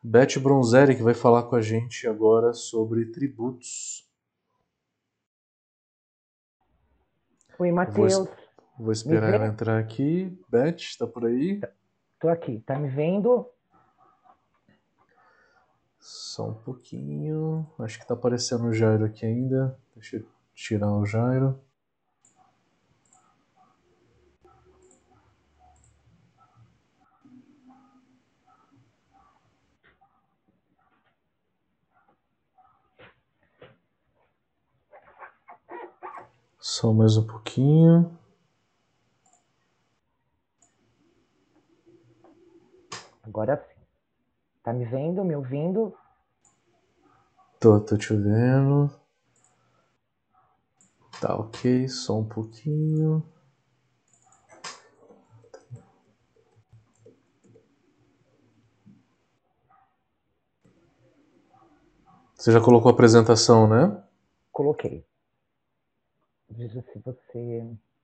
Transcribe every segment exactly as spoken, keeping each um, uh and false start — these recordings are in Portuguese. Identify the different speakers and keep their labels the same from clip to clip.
Speaker 1: Beth Bronzeri, que vai falar com a gente agora sobre tributos.
Speaker 2: Oi,
Speaker 1: Vou,
Speaker 2: Matheus.
Speaker 1: vou
Speaker 2: Me
Speaker 1: esperar
Speaker 2: vê?
Speaker 1: ela entrar aqui. Beth, está por aí?
Speaker 2: Tô aqui. Tá me vendo?
Speaker 1: Só um pouquinho. Acho que está aparecendo o Jairo aqui ainda. Deixa eu tirar o Jairo. Só mais um pouquinho.
Speaker 2: Agora sim. Tá me vendo? Me ouvindo?
Speaker 1: Tô, tô te vendo. Tá ok, só um pouquinho. Você já colocou a apresentação, né?
Speaker 2: Coloquei. Veja se você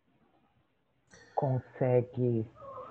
Speaker 2: consegue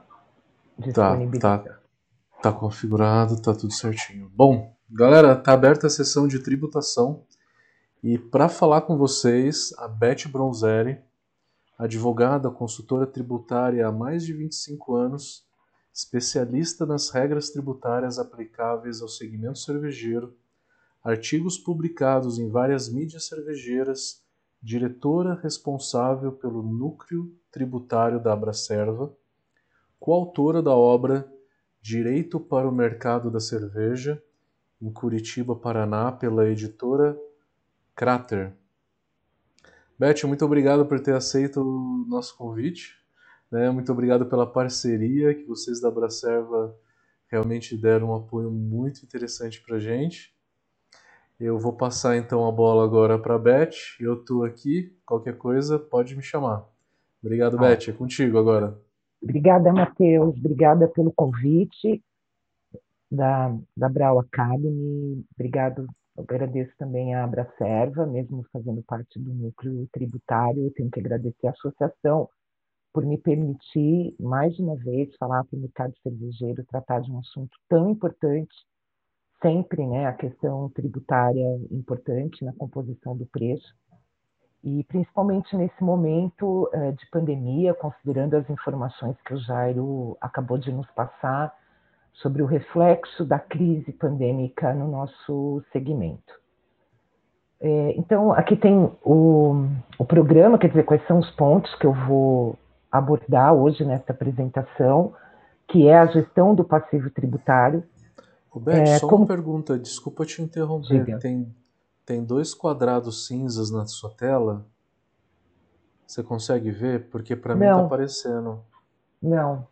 Speaker 1: Tá, tá,
Speaker 2: disponibilizar.
Speaker 1: tá configurado, tá tudo certinho. Bom, galera, tá aberta a sessão de tributação. E para falar com vocês, a Beth Bronzeri, advogada, consultora tributária há mais de vinte e cinco anos, especialista nas regras tributárias aplicáveis ao segmento cervejeiro, artigos publicados em várias mídias cervejeiras, diretora responsável pelo núcleo tributário da Abracerva, coautora da obra Direito para o Mercado da Cerveja, em Curitiba, Paraná, pela editora Crater. Beth, muito obrigado por ter aceito o nosso convite. Né? Muito obrigado pela parceria que vocês da Abracerva realmente deram um apoio muito interessante para a gente. Eu vou passar então a bola agora para a Beth. Eu estou aqui, qualquer coisa pode me chamar. Obrigado,
Speaker 2: Ó,
Speaker 1: Beth. É contigo agora.
Speaker 2: obrigada, Matheus. Obrigada pelo convite da, da Brau Academy. Obrigado. Eu agradeço também a Abracerva, mesmo fazendo parte do núcleo tributário. Eu tenho que agradecer a associação por me permitir, mais uma vez, falar para o mercado cervejeiro, tratar de um assunto tão importante. Sempre, né, a questão tributária importante na composição do preço, e principalmente nesse momento uh, de pandemia, considerando as informações que o Jairo acabou de nos passar sobre o reflexo da crise pandêmica no nosso segmento. É, então, aqui tem o, o programa, quer dizer, quais são os pontos que eu vou abordar hoje nesta apresentação, que é a gestão do passivo tributário.
Speaker 1: Ô, Beth,
Speaker 2: É,
Speaker 1: só uma
Speaker 2: como
Speaker 1: pergunta, desculpa te interromper.
Speaker 2: diga,
Speaker 1: Tem, tem dois quadrados cinzas na sua tela? Você consegue ver? Porque para mim tá
Speaker 2: não,
Speaker 1: aparecendo.
Speaker 2: não,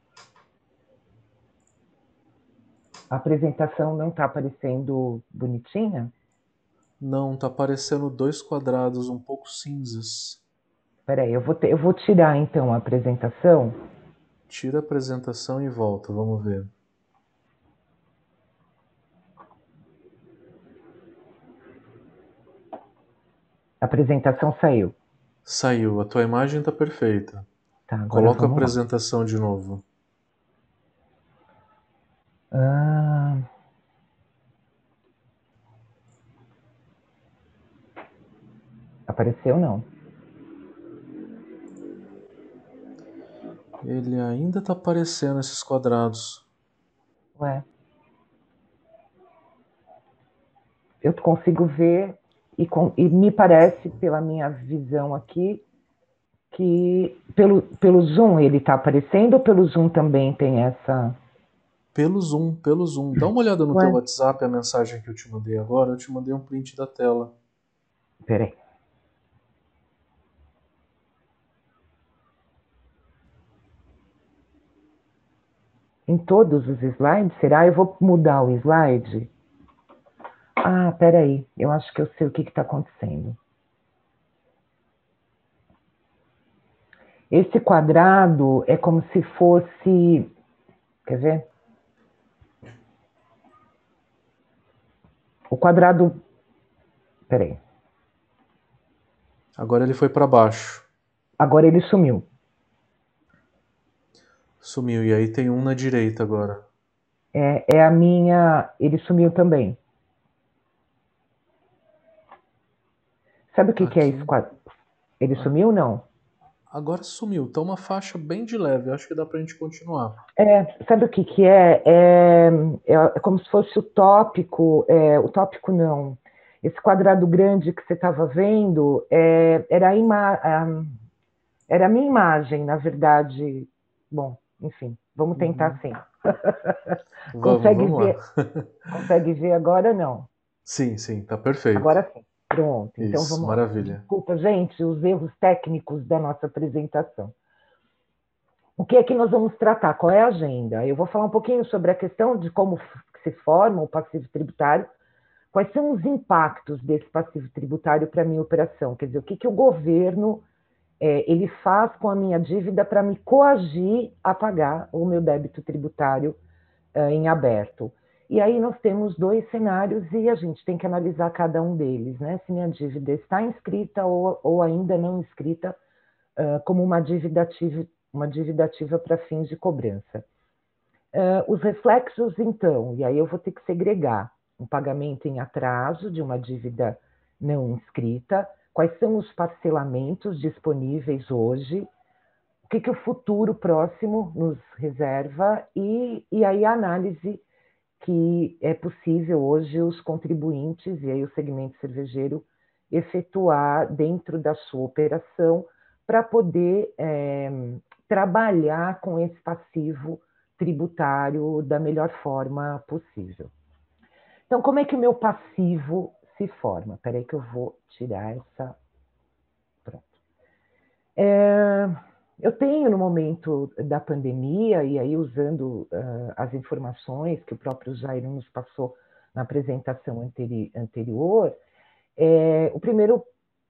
Speaker 2: a apresentação não está aparecendo bonitinha?
Speaker 1: Não, tá aparecendo dois quadrados um pouco cinzas.
Speaker 2: Espera aí, eu vou, ter, eu vou tirar então a apresentação.
Speaker 1: Tira a apresentação e volta, vamos ver.
Speaker 2: A apresentação saiu.
Speaker 1: Saiu, a tua imagem tá perfeita.
Speaker 2: Tá, agora
Speaker 1: Coloca a
Speaker 2: vamos lá.
Speaker 1: apresentação de novo.
Speaker 2: Ah, apareceu não.
Speaker 1: Ele ainda tá aparecendo esses quadrados.
Speaker 2: Ué, eu consigo ver e, com, e me parece, pela minha visão aqui, que pelo, pelo Zoom ele está aparecendo ou pelo Zoom também tem essa.
Speaker 1: Pelo Zoom, pelo Zoom. Dá uma olhada no teu
Speaker 2: Ué,
Speaker 1: WhatsApp, a mensagem que eu te mandei agora. Eu te mandei um print da tela.
Speaker 2: peraí. Em todos os slides? Será? Eu vou mudar o slide? Ah, peraí. Eu acho que eu sei o que está acontecendo. Esse quadrado é como se fosse. Quer ver? O quadrado. Peraí.
Speaker 1: Agora ele foi para baixo.
Speaker 2: Agora ele sumiu.
Speaker 1: Sumiu. E aí tem um na direita agora.
Speaker 2: É, é a minha... Ele sumiu também. Sabe o que, que é esse
Speaker 1: Aqui.
Speaker 2: quadro? Ele
Speaker 1: a-
Speaker 2: sumiu ou não?
Speaker 1: Agora sumiu. Tá uma faixa bem de leve. Acho que dá pra gente continuar.
Speaker 2: É, sabe o que, que é? É, é? É como se fosse o tópico, é, o tópico não. Esse quadrado grande que você estava vendo é, era, a ima, a, era a minha imagem, na verdade. Bom, enfim, vamos tentar
Speaker 1: Uhum.
Speaker 2: assim.
Speaker 1: Vamos,
Speaker 2: Consegue
Speaker 1: vamos lá.
Speaker 2: ver? Consegue ver agora? Não.
Speaker 1: Sim, sim, tá perfeito.
Speaker 2: Agora sim. Pronto, então
Speaker 1: Isso,
Speaker 2: vamos lá.
Speaker 1: maravilha.
Speaker 2: Desculpa, gente, os erros técnicos da nossa apresentação. O que é que nós vamos tratar? Qual é a agenda? Eu vou falar um pouquinho sobre a questão de como se forma o passivo tributário, quais são os impactos desse passivo tributário para a minha operação, quer dizer, o que, que o governo é, ele faz com a minha dívida para me coagir a pagar o meu débito tributário é, em aberto. E aí nós temos dois cenários e a gente tem que analisar cada um deles, né? Se minha dívida está inscrita ou, ou ainda não inscrita uh, como uma dívida ativa, uma dívida ativa para fins de cobrança. Uh, os reflexos, então, e aí eu vou ter que segregar um pagamento em atraso de uma dívida não inscrita, quais são os parcelamentos disponíveis hoje, o que, que o futuro próximo nos reserva, e, e aí a análise que é possível hoje os contribuintes, e aí o segmento cervejeiro, efetuar dentro da sua operação para poder é, trabalhar com esse passivo tributário da melhor forma possível. Então, como é que o meu passivo se forma? Espera aí que eu vou tirar essa... Pronto. É, eu tenho, no momento da pandemia, e aí usando uh, as informações que o próprio Jair nos passou na apresentação anteri anterior, é, o primeiro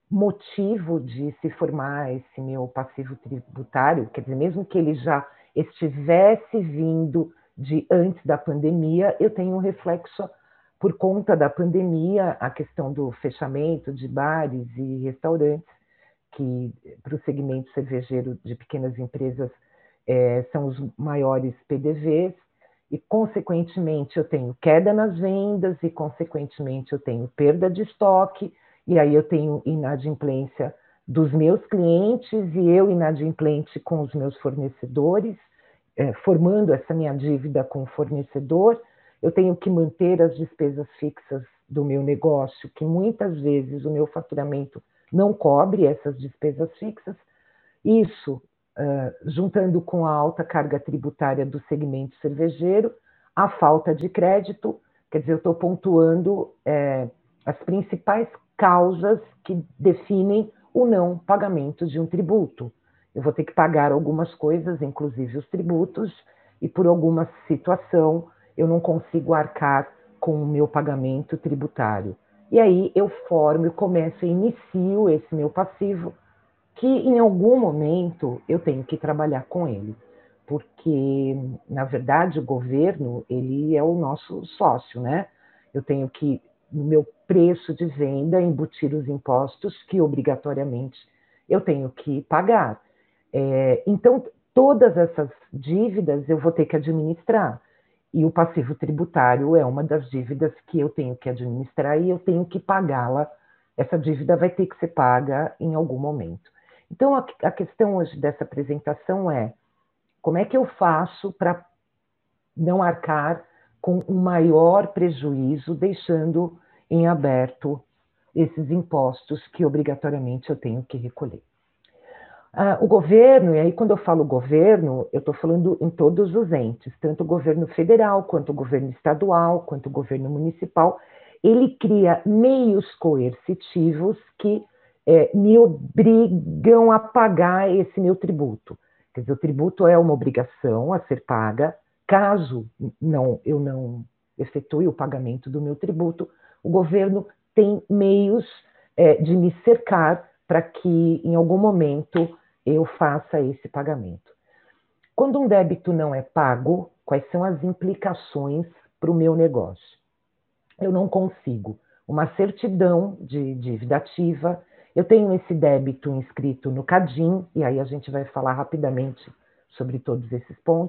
Speaker 2: motivo de se formar esse meu passivo tributário, quer dizer, mesmo que ele já estivesse vindo de antes da pandemia, eu tenho um reflexo por conta da pandemia, a questão do fechamento de bares e restaurantes, que para o segmento cervejeiro de pequenas empresas é, são os maiores P D Vs, e consequentemente eu tenho queda nas vendas, e consequentemente eu tenho perda de estoque, e aí eu tenho inadimplência dos meus clientes, e eu inadimplente com os meus fornecedores, é, formando essa minha dívida com o fornecedor. Eu tenho que manter as despesas fixas do meu negócio, que muitas vezes o meu faturamento não cobre essas despesas fixas. Isso, uh, juntando com a alta carga tributária do segmento cervejeiro, a falta de crédito, quer dizer, eu estou pontuando é, as principais causas que definem o não pagamento de um tributo. Eu vou ter que pagar algumas coisas, inclusive os tributos, e por alguma situação eu não consigo arcar com o meu pagamento tributário. E aí eu formo, eu começo, eu inicio esse meu passivo, que em algum momento eu tenho que trabalhar com ele, porque, na verdade, o governo, ele é o nosso sócio, né? Eu tenho que, no meu preço de venda, embutir os impostos que, obrigatoriamente, eu tenho que pagar. É, então, todas essas dívidas eu vou ter que administrar, e o passivo tributário é uma das dívidas que eu tenho que administrar e eu tenho que pagá-la. Essa dívida vai ter que ser paga em algum momento. Então, a, a questão hoje dessa apresentação é como é que eu faço para não arcar com um maior prejuízo, deixando em aberto esses impostos que obrigatoriamente eu tenho que recolher. Ah, o governo, e aí quando eu falo governo, eu estou falando em todos os entes, tanto o governo federal, quanto o governo estadual, quanto o governo municipal, ele cria meios coercitivos que é, me obrigam a pagar esse meu tributo. Quer dizer, o tributo é uma obrigação a ser paga, caso não, eu não efetue o pagamento do meu tributo, o governo tem meios é, de me cercar para que, em algum momento, eu faça esse pagamento. Quando um débito não é pago, quais são as implicações para o meu negócio? Eu não consigo uma certidão de dívida ativa, eu tenho esse débito inscrito no CADIM, e aí a gente vai falar rapidamente sobre todos esses pontos,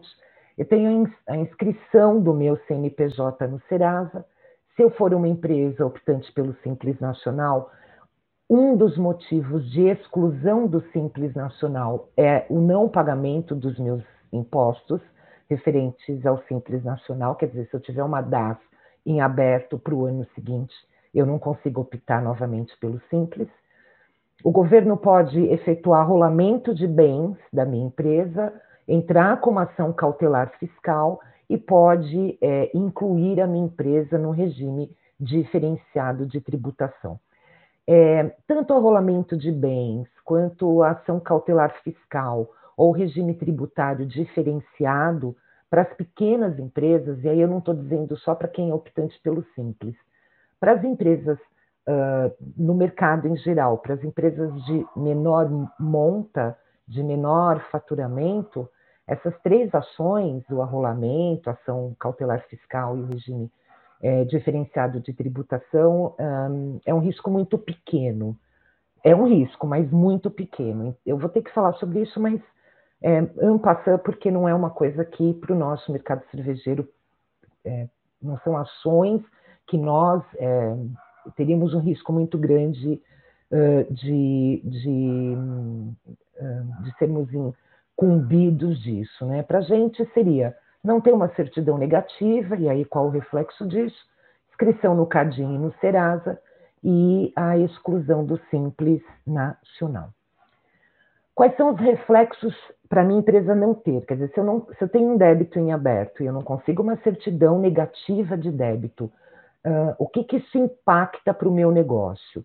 Speaker 2: Eu tenho a inscrição do meu C N P J no Serasa. Se eu for uma empresa optante pelo Simples Nacional, um dos motivos de exclusão do Simples Nacional é o não pagamento dos meus impostos referentes ao Simples Nacional. Quer dizer, se eu tiver uma D A S em aberto para o ano seguinte, eu não consigo optar novamente pelo Simples. O governo pode efetuar rolamento de bens da minha empresa, entrar com uma ação cautelar fiscal e pode é, incluir a minha empresa no regime diferenciado de tributação. É, tanto o rolamento de bens quanto a ação cautelar fiscal ou regime tributário diferenciado para as pequenas empresas, e aí eu não estou dizendo só para quem é optante pelo Simples, para as empresas uh, no mercado em geral, para as empresas de menor monta, de menor faturamento, essas três ações, o arrolamento, a ação cautelar fiscal e o regime é, diferenciado de tributação, um, é um risco muito pequeno. É um risco, mas muito pequeno. Eu vou ter que falar sobre isso, mas é, en passant, porque não é uma coisa que para o nosso mercado cervejeiro é, não são ações que nós é, teríamos um risco muito grande uh, de, de, uh, de sermos incumbidos disso. Né? Para a gente seria não ter uma certidão negativa, e aí qual o reflexo disso? Inscrição no CADIM e no Serasa e a exclusão do Simples Nacional. Quais são os reflexos para a minha empresa não ter? Quer dizer, se eu, não, se eu tenho um débito em aberto e eu não consigo uma certidão negativa de débito, uh, o que, que isso impacta para o meu negócio?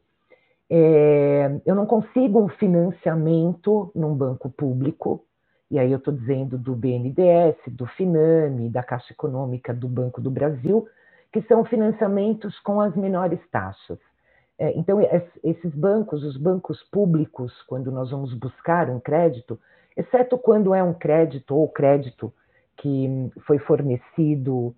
Speaker 2: É, eu não consigo um financiamento num banco público, e aí eu estou dizendo do B N D E S, do Finame, da Caixa Econômica do Banco do Brasil, que são financiamentos com as menores taxas. É, então, esses bancos, os bancos públicos, quando nós vamos buscar um crédito, exceto quando é um crédito ou crédito que foi fornecido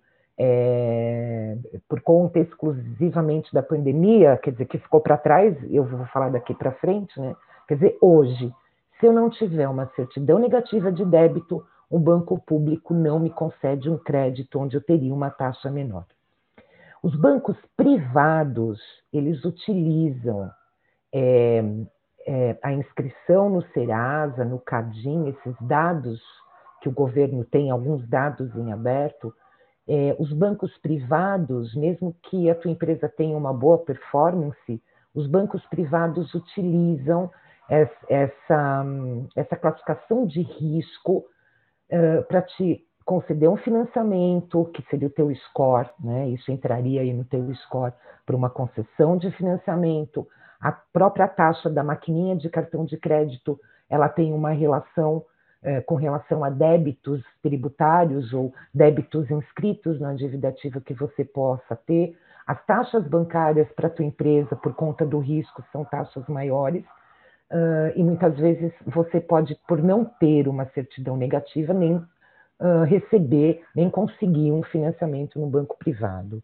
Speaker 2: é, por conta exclusivamente da pandemia, quer dizer, que ficou para trás, eu vou falar daqui para frente, né? Quer dizer, hoje, se eu não tiver uma certidão negativa de débito, um banco público não me concede um crédito onde eu teria uma taxa menor. Os bancos privados, eles utilizam é, é, a inscrição no Serasa, no CADIM, esses dados que o governo tem, alguns dados em aberto. É, os bancos privados, mesmo que a tua empresa tenha uma boa performance, os bancos privados utilizam essa, essa classificação de risco uh, para te conceder um financiamento, que seria o teu score, né? Isso entraria aí no teu score para uma concessão de financiamento. A própria taxa da maquininha de cartão de crédito, ela tem uma relação eh, com relação a débitos tributários ou débitos inscritos na dívida ativa que você possa ter. As taxas bancárias para a tua empresa, por conta do risco, são taxas maiores. Uh, e muitas vezes você pode, por não ter uma certidão negativa, nem Uh, receber, nem conseguir um financiamento no banco privado.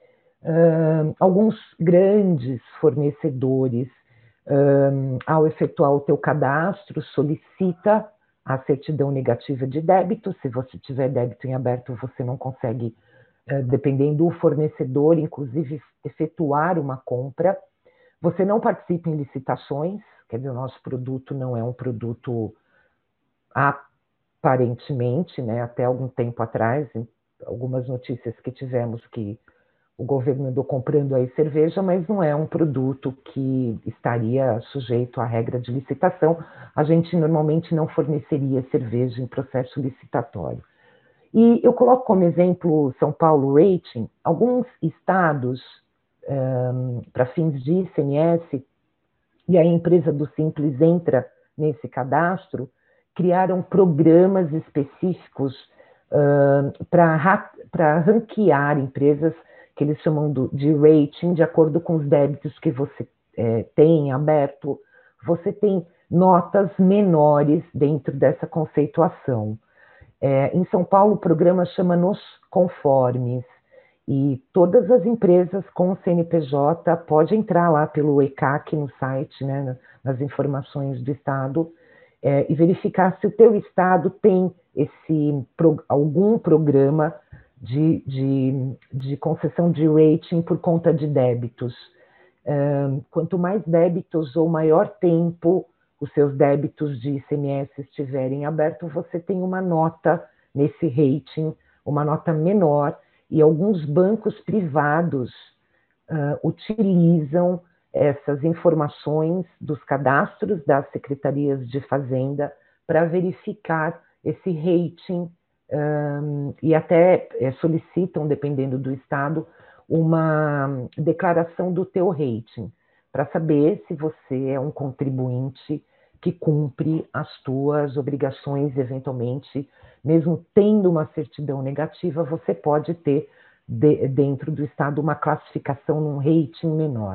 Speaker 2: Uh, alguns grandes fornecedores, uh, ao efetuar o teu cadastro, solicita a certidão negativa de débito. Se você tiver débito em aberto, você não consegue, uh, dependendo do fornecedor, inclusive efetuar uma compra. Você não participa em licitações, quer dizer, o nosso produto não é um produto a aparentemente, né, até algum tempo atrás, algumas notícias que tivemos que o governo andou comprando aí cerveja, mas não é um produto que estaria sujeito à regra de licitação. A gente normalmente não forneceria cerveja em processo licitatório. E eu coloco como exemplo São Paulo Rating. Alguns estados, um, para fins de I C M S, e a empresa do Simples entra nesse cadastro, criaram programas específicos uh, para ranquear empresas que eles chamam do, de rating, de acordo com os débitos que você é, tem aberto. Você tem notas menores dentro dessa conceituação. É, em São Paulo, o programa chama Nos Conformes, e todas as empresas com C N P J podem entrar lá pelo E C A C no site, né, nas informações do Estado, é, e verificar se o teu estado tem esse, pro, algum programa de, de, de concessão de rating por conta de débitos. Um, quanto mais débitos ou maior tempo os seus débitos de I C M S estiverem abertos, você tem uma nota nesse rating, uma nota menor, e alguns bancos privados uh, utilizam essas informações dos cadastros das secretarias de Fazenda para verificar esse rating um, e até é, solicitam, dependendo do estado, uma declaração do teu rating, para saber se você é um contribuinte que cumpre as tuas obrigações, eventualmente, mesmo tendo uma certidão negativa, você pode ter de, dentro do estado uma classificação num rating menor.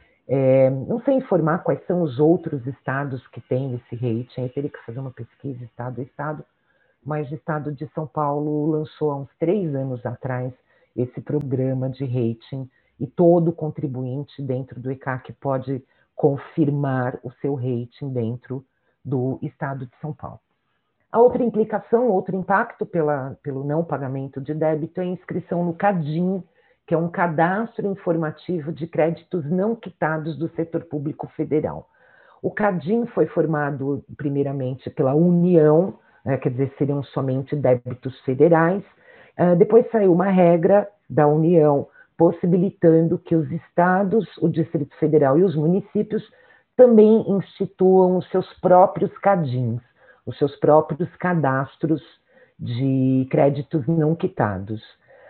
Speaker 2: É, não sei informar quais são os outros estados que têm esse rating, eu teria que fazer uma pesquisa estado a estado, mas o estado de São Paulo lançou há uns três anos atrás esse programa de rating, e todo contribuinte dentro do E C A C pode confirmar o seu rating dentro do estado de São Paulo. A outra implicação, outro impacto pela, pelo não pagamento de débito é a inscrição no CADIM, que é um cadastro informativo de créditos não quitados do setor público federal. O CADIM foi formado primeiramente pela União, né, quer dizer, seriam somente débitos federais. Uh, depois saiu uma regra da União possibilitando que os estados, o Distrito Federal e os municípios também instituam os seus próprios CADIMs, os seus próprios cadastros de créditos não quitados.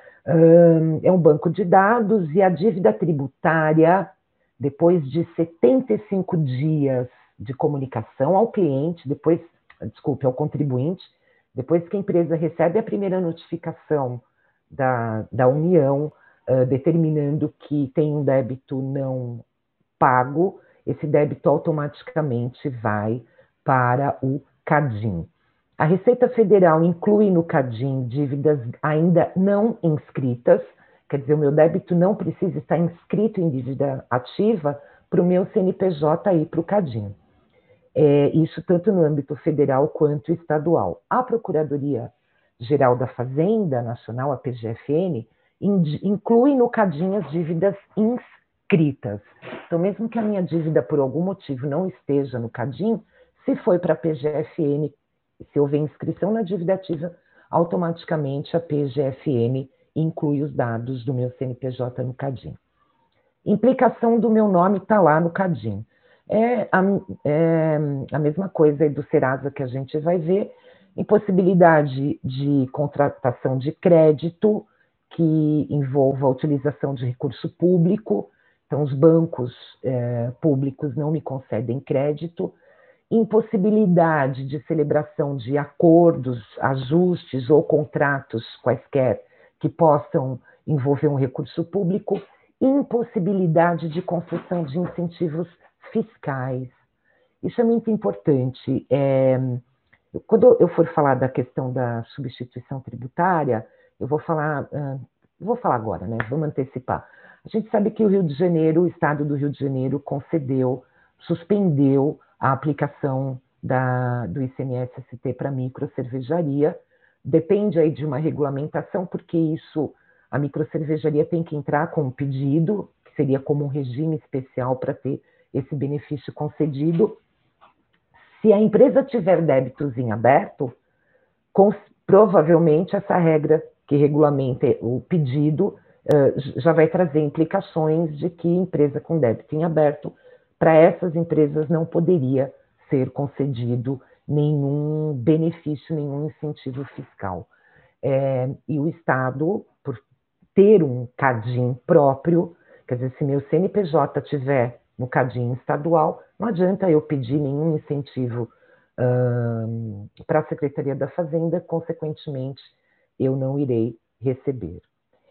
Speaker 2: Um, é um banco de dados e a dívida tributária, depois de setenta e cinco dias de comunicação ao cliente, depois, desculpe, ao contribuinte, depois que a empresa recebe a primeira notificação da, da União, uh, determinando que tem um débito não pago, esse débito automaticamente vai para o CADIM. A Receita Federal inclui no CADIM dívidas ainda não inscritas, quer dizer, o meu débito não precisa estar inscrito em dívida ativa para o meu C N P J ir para o CADIM. É, isso tanto no âmbito federal quanto estadual. A Procuradoria-Geral da Fazenda Nacional, a P G F N, inclui no CADIM as dívidas inscritas. Então, mesmo que a minha dívida, por algum motivo, não esteja no CADIM, se foi para a P G F N, se houver inscrição na dívida ativa, automaticamente a P G F N inclui os dados do meu C N P J no CADIM. Implicação do meu nome está lá no CADIM. É a, é a mesma coisa aí do Serasa que a gente vai ver, impossibilidade de contratação de crédito que envolva a utilização de recurso público, então os bancos é, públicos não me concedem crédito, impossibilidade de celebração de acordos, ajustes ou contratos quaisquer que possam envolver um recurso público, impossibilidade de concessão de incentivos fiscais. Isso é muito importante. É, quando eu for falar da questão da substituição tributária, eu vou falar, uh, vou falar agora, né? Vamos antecipar. A gente sabe que o Rio de Janeiro, o estado do Rio de Janeiro concedeu, suspendeu a aplicação da, do I C M S S T para microcervejaria. Depende aí de uma regulamentação, porque isso, a microcervejaria tem que entrar com um pedido, que seria como um regime especial para ter esse benefício concedido. Se a empresa tiver débitos em aberto, com, provavelmente essa regra que regulamenta o pedido uh, já vai trazer implicações de que empresa com débito em aberto, para essas empresas não poderia ser concedido nenhum benefício, nenhum incentivo fiscal. É, e o Estado, por ter um CADIM próprio, quer dizer, se meu C N P J tiver no CADIM estadual, não adianta eu pedir nenhum incentivo um, para a Secretaria da Fazenda, consequentemente, eu não irei receber.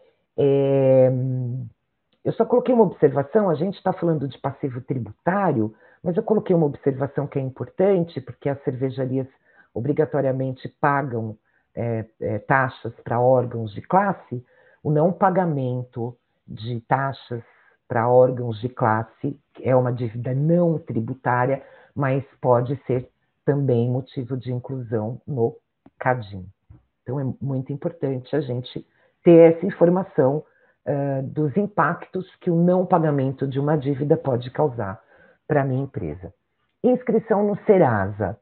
Speaker 2: É, eu só coloquei uma observação, a gente está falando de passivo tributário, mas eu coloquei uma observação que é importante, porque as cervejarias obrigatoriamente pagam é, é, taxas para órgãos de classe. O não pagamento de taxas para órgãos de classe é uma dívida não tributária, mas pode ser também motivo de inclusão no CADIM. Então, é muito importante a gente ter essa informação uh, dos impactos que o não pagamento de uma dívida pode causar para a minha empresa. Inscrição no Serasa.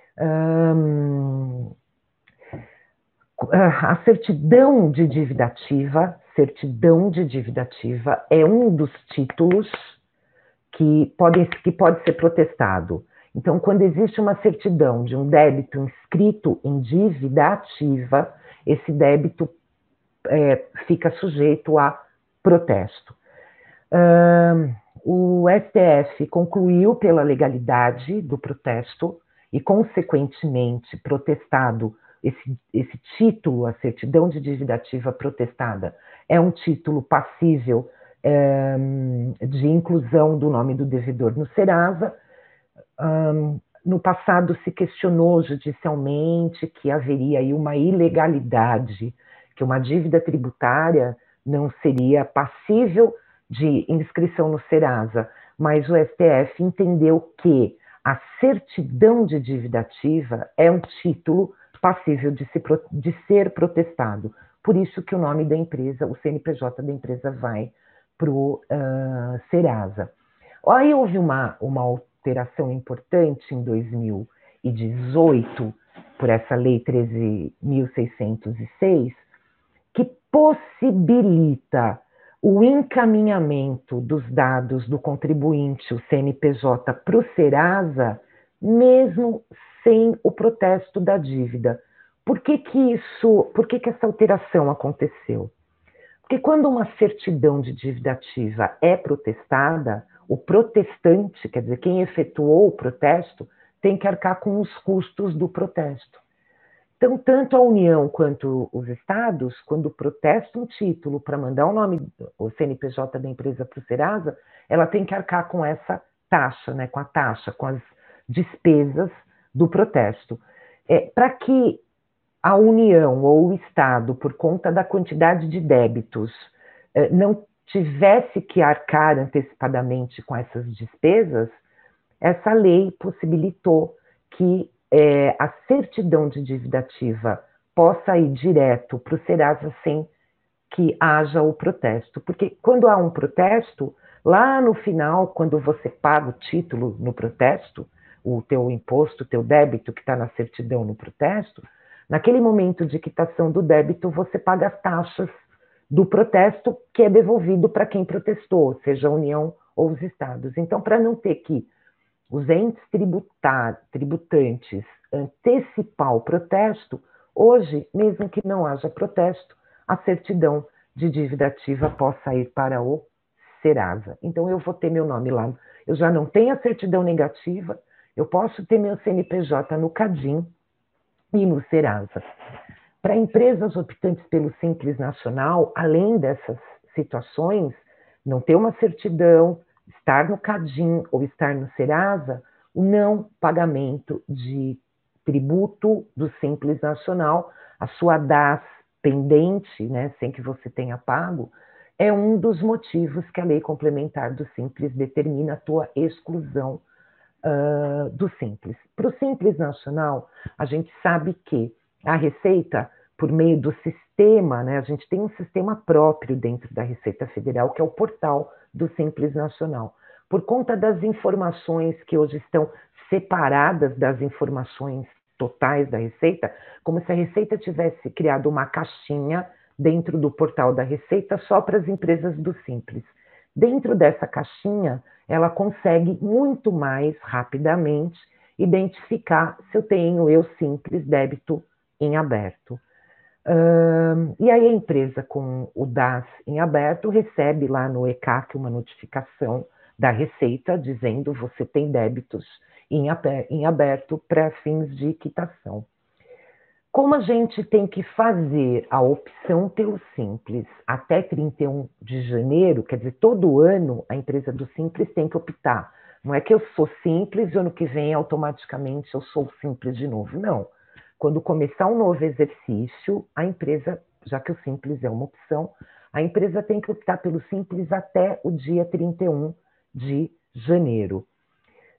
Speaker 2: Um, a certidão de dívida ativa, certidão de dívida ativa é um dos títulos que pode, que pode ser protestado. Então, quando existe uma certidão de um débito inscrito em dívida ativa, esse débito é, fica sujeito a protesto. Um, o S T F concluiu pela legalidade do protesto e, consequentemente, protestado esse, esse título, a certidão de dívida ativa protestada, é um título passível um, de inclusão do nome do devedor no Serasa. Um, no passado se questionou judicialmente que haveria aí uma ilegalidade, que uma dívida tributária não seria passível de inscrição no Serasa, mas o S T F entendeu que a certidão de dívida ativa é um título passível de, se, de ser protestado. Por isso que o nome da empresa, o C N P J da empresa vai para o uh, Serasa. Aí houve uma, uma alteração importante em dois mil e dezoito, por essa Lei treze mil seiscentos e seis, que possibilita o encaminhamento dos dados do contribuinte, o C N P J, para o Serasa, mesmo sem o protesto da dívida. Por que que isso, por que que essa alteração aconteceu? Porque quando uma certidão de dívida ativa é protestada, o protestante, quer dizer, quem efetuou o protesto, tem que arcar com os custos do protesto. Então, tanto a União quanto os estados, quando protestam um título para mandar o nome, o C N P J da empresa para o Serasa, ela tem que arcar com essa taxa, né, com a taxa, com as despesas do protesto. É, para que a União ou o Estado, por conta da quantidade de débitos, não tivesse que arcar antecipadamente com essas despesas, essa lei possibilitou que é, a certidão de dívida ativa possa ir direto para o Serasa sem que haja o protesto. Porque quando há um protesto, lá no final, quando você paga o título no protesto, o teu imposto, o teu débito que está na certidão no protesto, naquele momento de quitação do débito, você paga as taxas do protesto que é devolvido para quem protestou, seja a União ou os estados. Então, para não ter que os entes tributar, tributantes antecipar o protesto, hoje, mesmo que não haja protesto, a certidão de dívida ativa possa ir para o Serasa. Então, eu vou ter meu nome lá. Eu já não tenho a certidão negativa, eu posso ter meu C N P J no CADIM e no Serasa. Para empresas optantes pelo Simples Nacional, além dessas situações, não ter uma certidão, estar no CADIM ou estar no Serasa, o não pagamento de tributo do Simples Nacional, a sua D A S pendente, né, sem que você tenha pago, é um dos motivos que a Lei Complementar do Simples determina a tua exclusão uh, do Simples. Para o Simples Nacional, a gente sabe que a Receita, por meio do sistema, né, a gente tem um sistema próprio dentro da Receita Federal, que é o portal do Simples Nacional. Por conta das informações que hoje estão separadas das informações totais da Receita, como se a Receita tivesse criado uma caixinha dentro do portal da Receita só para as empresas do Simples. Dentro dessa caixinha, ela consegue muito mais rapidamente identificar se eu tenho eu Simples débito em aberto. Uh, e aí a empresa com o D A S em aberto recebe lá no E C A C uma notificação da Receita dizendo você tem débitos em aberto para fins de quitação. Como a gente tem que fazer a opção pelo Simples até trinta e um de janeiro, quer dizer, todo ano a empresa do Simples tem que optar. Não é que eu sou Simples e ano que vem automaticamente eu sou Simples de novo, não. Quando começar um novo exercício, a empresa, já que o Simples é uma opção, a empresa tem que optar pelo Simples até o dia trinta e um de janeiro.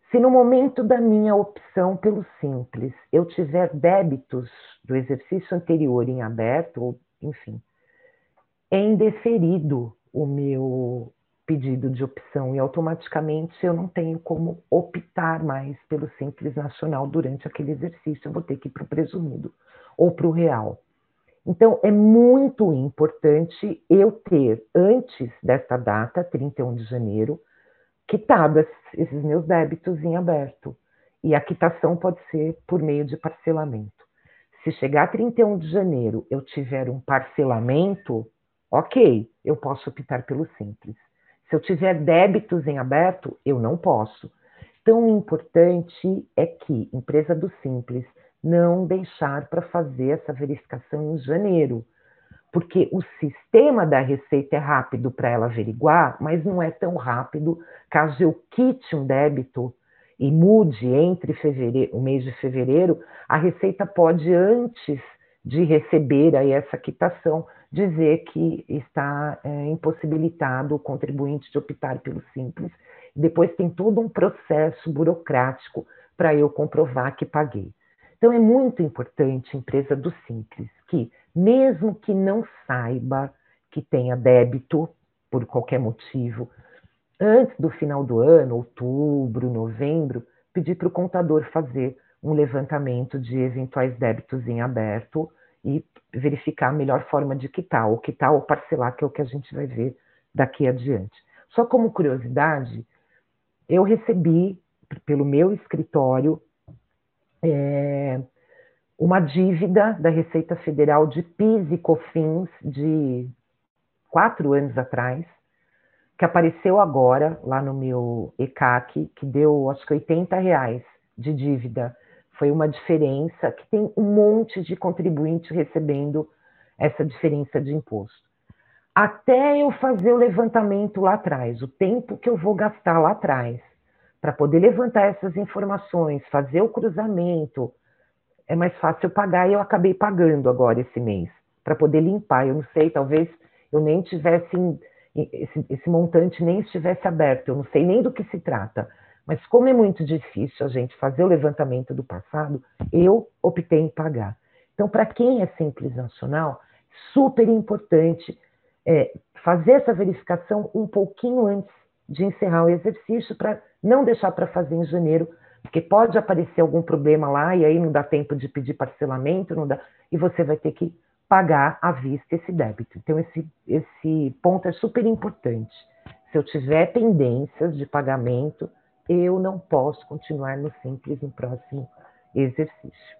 Speaker 2: Se no momento da minha opção pelo Simples eu tiver débitos do exercício anterior em aberto, ou enfim, é indeferido o meu pedido de opção e automaticamente eu não tenho como optar mais pelo Simples Nacional durante aquele exercício, eu vou ter que ir para o presumido ou para o real. Então, é muito importante eu ter, antes desta data, trinta e um de janeiro, quitados esses meus débitos em aberto. E a quitação pode ser por meio de parcelamento. Se chegar trinta e um de janeiro eu tiver um parcelamento, ok, eu posso optar pelo Simples. Se eu tiver débitos em aberto, eu não posso. Então, o importante é que, empresa do Simples, não deixar para fazer essa verificação em janeiro, porque o sistema da Receita é rápido para ela averiguar, mas não é tão rápido caso eu quite um débito e mude entre fevereiro, o mês de fevereiro, a Receita pode, antes de receber aí essa quitação, dizer que está é, impossibilitado o contribuinte de optar pelo Simples. Depois tem todo um processo burocrático para eu comprovar que paguei. Então é muito importante, empresa do Simples, que mesmo que não saiba que tenha débito por qualquer motivo, antes do final do ano, outubro, novembro, pedir para o contador fazer um levantamento de eventuais débitos em aberto e verificar a melhor forma de quitar, ou quitar ou parcelar, que é o que a gente vai ver daqui adiante. Só como curiosidade, eu recebi pelo meu escritório é, uma dívida da Receita Federal de PIS e COFINS de quatro anos atrás, que apareceu agora lá no meu E C A C, que deu acho que oitenta reais de dívida. Foi uma diferença que tem um monte de contribuinte recebendo essa diferença de imposto. Até eu fazer o levantamento lá atrás, o tempo que eu vou gastar lá atrás, para poder levantar essas informações, fazer o cruzamento, é mais fácil pagar e eu acabei pagando agora esse mês, para poder limpar. Eu não sei, talvez eu nem tivesse, esse, esse montante nem estivesse aberto, eu não sei nem do que se trata. Mas como é muito difícil a gente fazer o levantamento do passado, eu optei em pagar. Então, para quem é Simples Nacional, super importante é, fazer essa verificação um pouquinho antes de encerrar o exercício, para não deixar para fazer em janeiro, porque pode aparecer algum problema lá e aí não dá tempo de pedir parcelamento, não dá, e você vai ter que pagar à vista esse débito. Então, esse, esse ponto é super importante. Se eu tiver pendências de pagamento, eu não posso continuar no Simples no próximo exercício.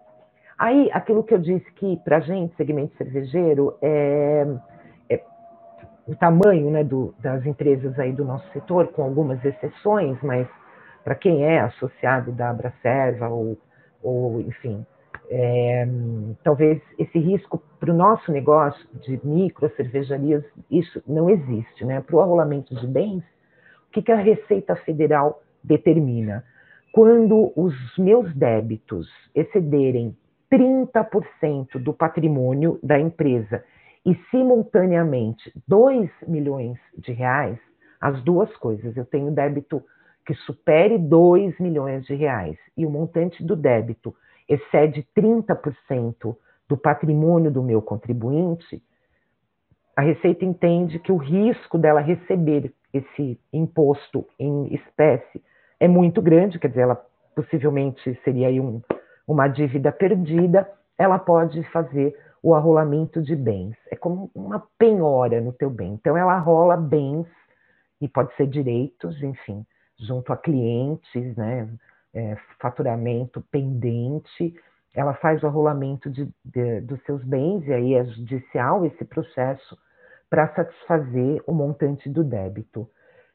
Speaker 2: Aí, aquilo que eu disse que, para a gente, segmento cervejeiro, é, é o tamanho, né, do, das empresas aí do nosso setor, com algumas exceções, mas para quem é associado da Abracerva ou, ou enfim, é, talvez esse risco para o nosso negócio de micro cervejarias, isso não existe, né? Para o arrolamento de bens, o que, que a Receita Federal determina? Quando os meus débitos excederem trinta por cento do patrimônio da empresa e, simultaneamente, dois milhões de reais, as duas coisas, eu tenho débito que supere dois milhões de reais e o montante do débito excede trinta por cento do patrimônio do meu contribuinte, a Receita entende que o risco dela receber esse imposto em espécie é muito grande, quer dizer, ela possivelmente seria aí um, uma dívida perdida, ela pode fazer o arrolamento de bens. É como uma penhora no teu bem. Então, ela arrola bens, e pode ser direitos, enfim, junto a clientes, né, é, faturamento pendente, ela faz o arrolamento de, de, dos seus bens, e aí é judicial esse processo, para satisfazer o montante do débito.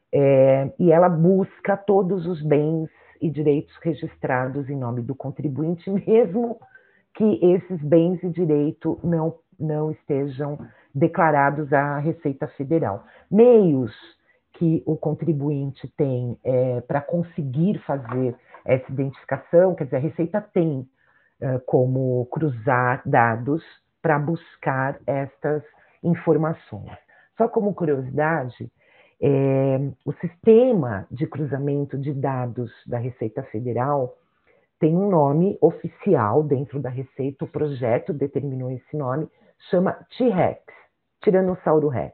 Speaker 2: É, e ela busca todos os bens e direitos registrados em nome do contribuinte, mesmo que esses bens e direitos não, não estejam declarados à Receita Federal. Meios que o contribuinte tem é, para conseguir fazer essa identificação, quer dizer, a Receita tem é, como cruzar dados para buscar estas informações. Só como curiosidade, É, o sistema de cruzamento de dados da Receita Federal tem um nome oficial dentro da Receita, o projeto determinou esse nome, chama T-Rex, Tiranossauro Rex.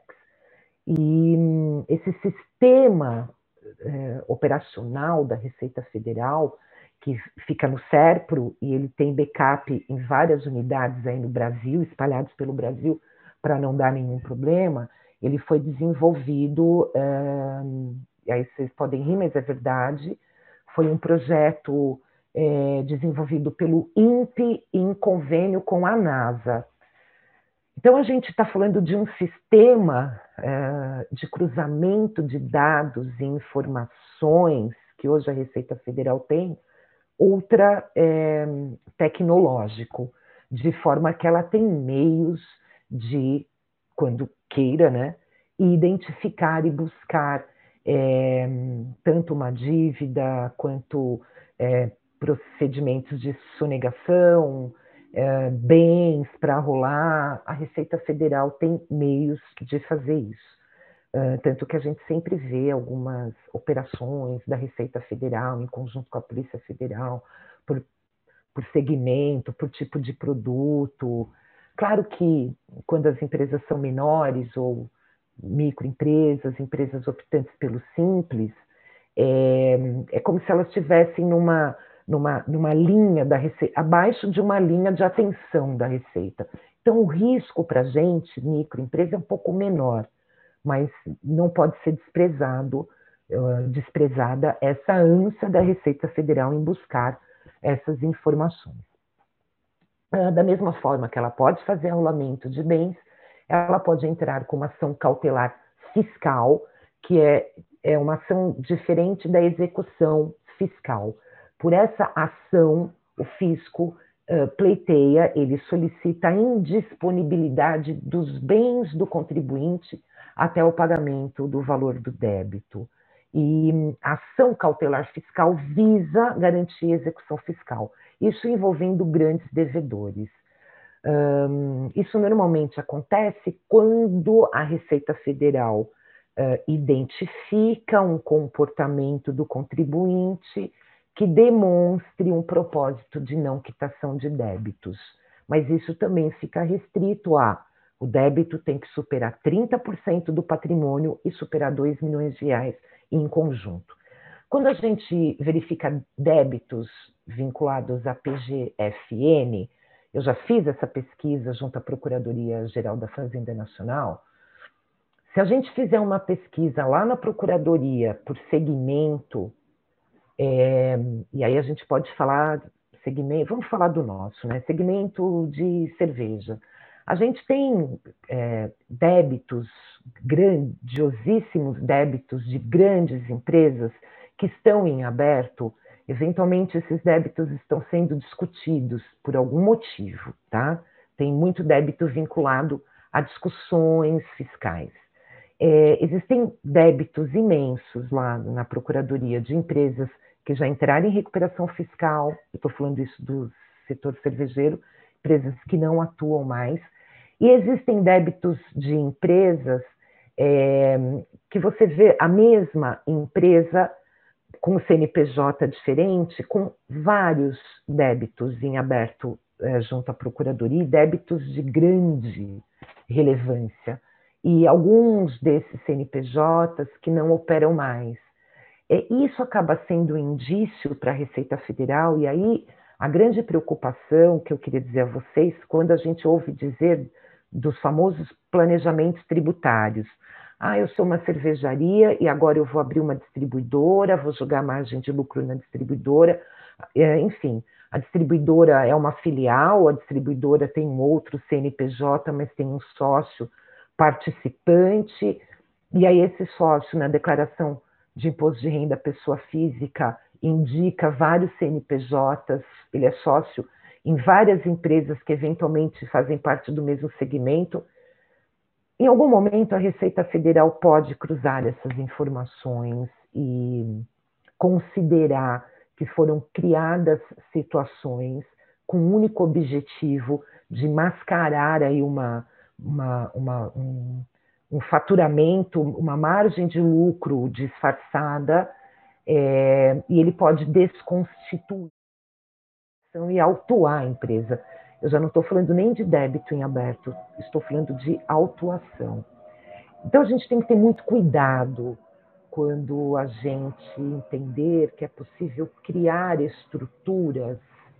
Speaker 2: E hum, esse sistema é, operacional da Receita Federal, que fica no SERPRO, e ele tem backup em várias unidades aí no Brasil, espalhados pelo Brasil, para não dar nenhum problema, ele foi desenvolvido, é, e aí vocês podem rir, mas é verdade, foi um projeto é, desenvolvido pelo INPE em convênio com a NASA. Então, a gente está falando de um sistema é, de cruzamento de dados e informações que hoje a Receita Federal tem, ultra é, tecnológico, de forma que ela tem meios de, quando queira, né, identificar e buscar é, tanto uma dívida quanto é, procedimentos de sonegação, é, bens para rolar. A Receita Federal tem meios de fazer isso. Uh, tanto que a gente sempre vê algumas operações da Receita Federal em conjunto com a Polícia Federal, por, por segmento, por tipo de produto. Claro que quando as empresas são menores ou microempresas, empresas optantes pelo simples, é, é como se elas estivessem numa, numa, numa linha da Receita, abaixo de uma linha de atenção da Receita. Então, o risco para a gente, microempresa, é um pouco menor, mas não pode ser desprezado, uh, desprezada essa ânsia da Receita Federal em buscar essas informações. Uh, da mesma forma que ela pode fazer arrolamento de bens, ela pode entrar com uma ação cautelar fiscal, que é, é uma ação diferente da execução fiscal. Por essa ação, o fisco uh, pleiteia, ele solicita a indisponibilidade dos bens do contribuinte até o pagamento do valor do débito. E a ação cautelar fiscal visa garantir a execução fiscal, isso envolvendo grandes devedores. Um, isso normalmente acontece quando a Receita Federal uh, identifica um comportamento do contribuinte que demonstre um propósito de não quitação de débitos. Mas isso também fica restrito a o débito tem que superar trinta por cento do patrimônio e superar dois milhões de reais em conjunto. Quando a gente verifica débitos vinculados à P G F N, eu já fiz essa pesquisa junto à Procuradoria-Geral da Fazenda Nacional. Se a gente fizer uma pesquisa lá na Procuradoria por segmento, é, e aí a gente pode falar, segmento, vamos falar do nosso, né? Segmento de cerveja. A gente tem é, débitos, grandiosíssimos débitos de grandes empresas que estão em aberto. Eventualmente, esses débitos estão sendo discutidos por algum motivo, tá? Tem muito débito vinculado a discussões fiscais. É, existem débitos imensos lá na Procuradoria de empresas que já entraram em recuperação fiscal, eu estou falando isso do setor cervejeiro, empresas que não atuam mais, e existem débitos de empresas é, que você vê a mesma empresa com o C N P J diferente, com vários débitos em aberto é, junto à Procuradoria, e débitos de grande relevância, e alguns desses C N P Js que não operam mais. É, isso acaba sendo um indício para a Receita Federal, e aí a grande preocupação que eu queria dizer a vocês, quando a gente ouve dizer dos famosos planejamentos tributários. Ah, eu sou uma cervejaria e agora eu vou abrir uma distribuidora, vou jogar margem de lucro na distribuidora, é, enfim, a distribuidora é uma filial, a distribuidora tem um outro C N P J, mas tem um sócio participante, e aí esse sócio, na declaração de imposto de renda pessoa física, indica vários C N P Js, ele é sócio em várias empresas que eventualmente fazem parte do mesmo segmento. Em algum momento, a Receita Federal pode cruzar essas informações e considerar que foram criadas situações com o único objetivo de mascarar aí uma, uma, uma, um, um faturamento, uma margem de lucro disfarçada, é, e ele pode desconstituir e autuar a empresa. Eu já não estou falando nem de débito em aberto, estou falando de autuação. Então, a gente tem que ter muito cuidado quando a gente entender que é possível criar estruturas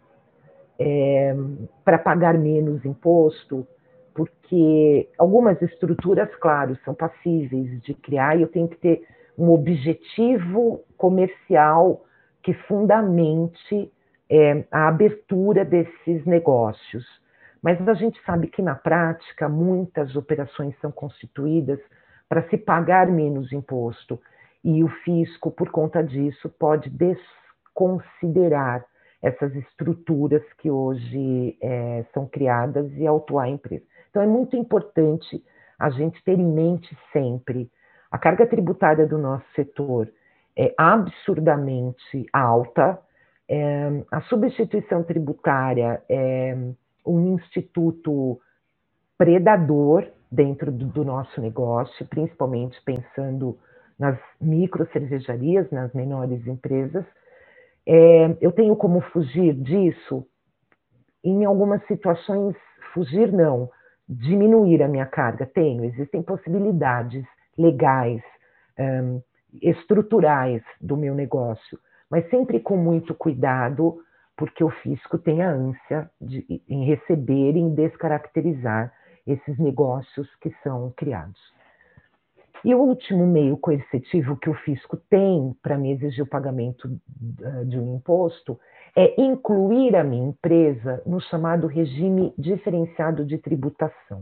Speaker 2: é, para pagar menos imposto, porque algumas estruturas, claro, são passíveis de criar e eu tenho que ter um objetivo comercial que fundamente é, a abertura desses negócios. Mas a gente sabe que, na prática, muitas operações são constituídas para se pagar menos imposto, e o fisco, por conta disso, pode desconsiderar essas estruturas que hoje é, são criadas e autuar a empresa. Então, é muito importante a gente ter em mente sempre a carga tributária do nosso setor é absurdamente alta, é, a substituição tributária é um instituto predador dentro do, do nosso negócio, principalmente pensando nas micro cervejarias, nas menores empresas. É, eu tenho como fugir disso? Em algumas situações, fugir não, diminuir a minha carga. Tenho, existem possibilidades legais, um, estruturais do meu negócio, mas sempre com muito cuidado, porque o fisco tem a ânsia de, em receber e em descaracterizar esses negócios que são criados. E o último meio coercitivo que o fisco tem para me exigir o pagamento de um imposto é incluir a minha empresa no chamado regime diferenciado de tributação.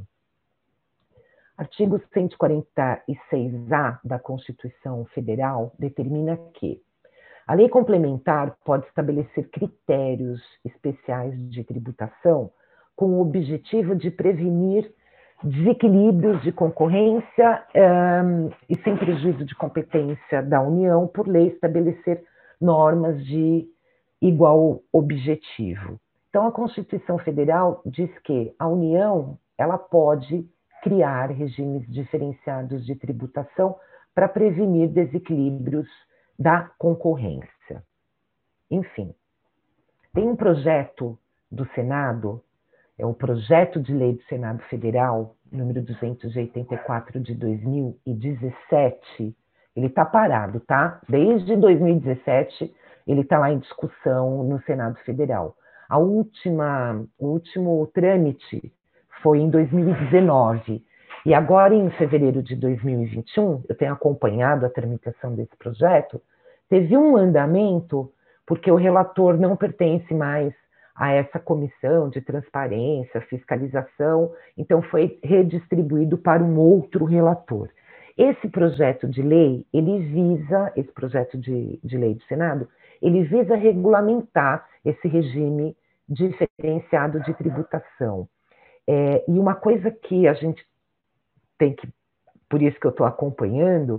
Speaker 2: Artigo cento e quarenta e seis A da Constituição Federal determina que a lei complementar pode estabelecer critérios especiais de tributação com o objetivo de prevenir desequilíbrios de concorrência um, e sem prejuízo de competência da União, por lei estabelecer normas de igual objetivo. Então, a Constituição Federal diz que a União ela pode criar regimes diferenciados de tributação para prevenir desequilíbrios da concorrência. Enfim, tem um projeto do Senado, é o projeto de lei do Senado Federal, número duzentos e oitenta e quatro de dois mil e dezessete, ele está parado, tá? Desde dois mil e dezessete, ele está lá em discussão no Senado Federal. A última, o último trâmite foi em dois mil e dezenove, e agora em fevereiro de dois mil e vinte e um, eu tenho acompanhado a tramitação desse projeto, teve um andamento, porque o relator não pertence mais a essa comissão de transparência, fiscalização, então foi redistribuído para um outro relator. Esse projeto de lei, ele visa, esse projeto de, de lei do Senado, ele visa regulamentar esse regime diferenciado de tributação. É, e uma coisa que a gente tem que, por isso que eu estou acompanhando,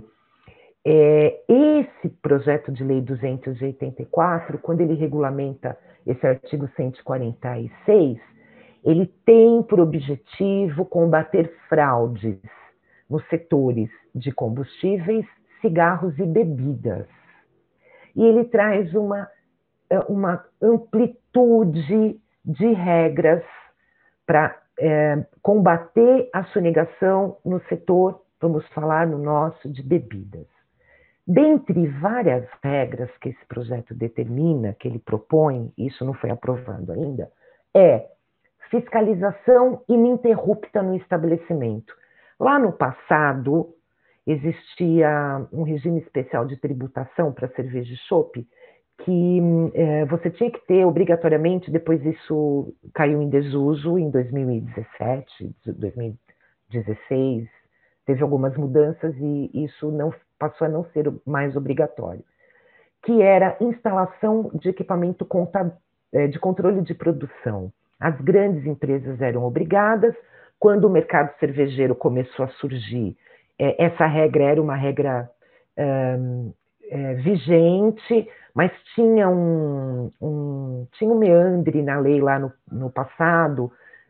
Speaker 2: é esse projeto de lei duzentos e oitenta e quatro, quando ele regulamenta esse artigo cento e quarenta e seis, ele tem por objetivo combater fraudes nos setores de combustíveis, cigarros e bebidas. E ele traz uma, uma amplitude de regras para é, combater a sonegação no setor, vamos falar no nosso, de bebidas. Dentre várias regras que esse projeto determina, que ele propõe, isso não foi aprovado ainda, é fiscalização ininterrupta no estabelecimento. Lá no passado, existia um regime especial de tributação para cerveja e chopp, que é, você tinha que ter obrigatoriamente, depois isso caiu em desuso em dois mil e dezessete, dois mil e dezesseis, teve algumas mudanças e isso não passou a não ser mais obrigatório, que era instalação de equipamento de controle de produção. As grandes empresas eram obrigadas, quando o mercado cervejeiro começou a surgir, essa regra era uma regra um, é, vigente, mas tinha um, um, tinha um meandre na lei lá no, no passado,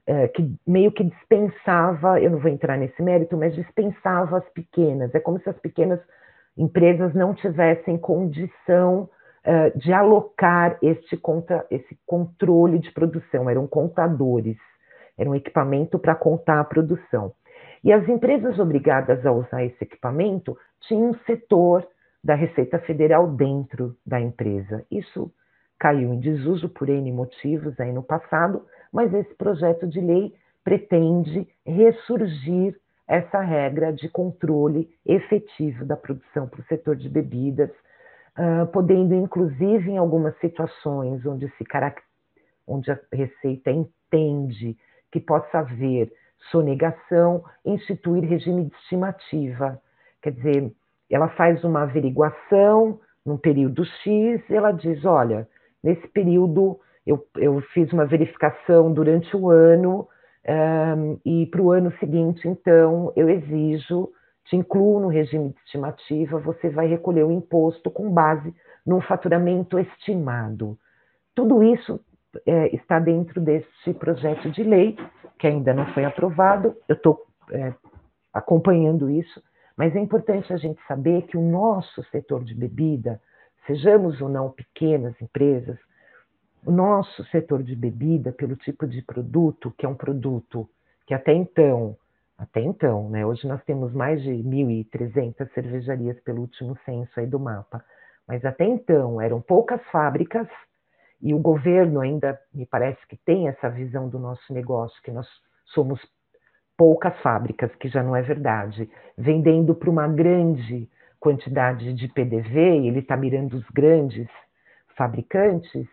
Speaker 2: é, que meio que dispensava, eu não vou entrar nesse mérito, mas dispensava as pequenas. É como se as pequenas empresas não tivessem condição uh, de alocar este, conta, esse controle de produção, eram contadores, era um equipamento para contar a produção. E as empresas obrigadas a usar esse equipamento tinham um setor da Receita Federal dentro da empresa. Isso caiu em desuso por N motivos aí no passado, mas esse projeto de lei pretende ressurgir essa regra de controle efetivo da produção para o setor de bebidas, uh, podendo, inclusive, em algumas situações onde, se onde a Receita entende que possa haver sonegação, instituir regime de estimativa. Quer dizer, ela faz uma averiguação num período X, e ela diz, olha, nesse período eu, eu fiz uma verificação durante o ano, um, e para o ano seguinte, então, eu exijo, te incluo no regime de estimativa, você vai recolher o imposto com base num faturamento estimado. Tudo isso é, está dentro deste projeto de lei, que ainda não foi aprovado, eu estou é, acompanhando isso, mas é importante a gente saber que o nosso setor de bebida, sejamos ou não pequenas empresas, o nosso setor de bebida, pelo tipo de produto, que é um produto que até então, até então, né, hoje nós temos mais de mil e trezentas cervejarias pelo último censo aí do mapa, mas até então eram poucas fábricas, e o governo ainda me parece que tem essa visão do nosso negócio, que nós somos poucas fábricas, que já não é verdade, vendendo para uma grande quantidade de P D V, e ele está mirando os grandes fabricantes,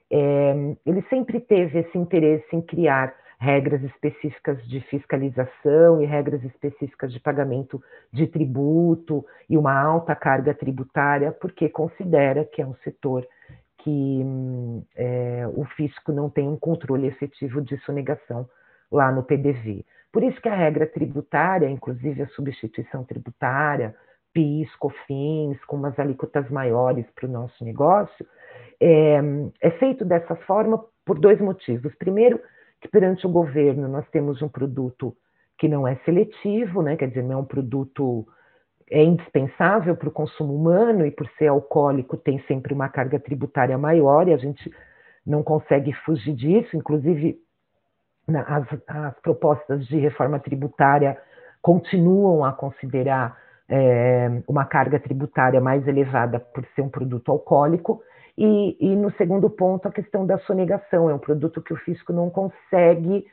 Speaker 2: é, ele sempre teve esse interesse em criar regras específicas de fiscalização e regras específicas de pagamento de tributo e uma alta carga tributária, porque considera que é um setor que é, o fisco não tem um controle efetivo de sonegação lá no P D V. Por isso que a regra tributária, inclusive a substituição tributária, PIS, COFINS, com umas alíquotas maiores para o nosso negócio, é, é feito dessa forma por dois motivos. Primeiro, que perante o governo nós temos um produto que não é seletivo, né? Quer dizer, não é um produto é indispensável para o consumo humano, e por ser alcoólico tem sempre uma carga tributária maior, e a gente não consegue fugir disso. Inclusive, as, as propostas de reforma tributária continuam a considerar é, uma carga tributária mais elevada por ser um produto alcoólico. E, e no segundo ponto, a questão da sonegação, é um produto que o fisco não consegue,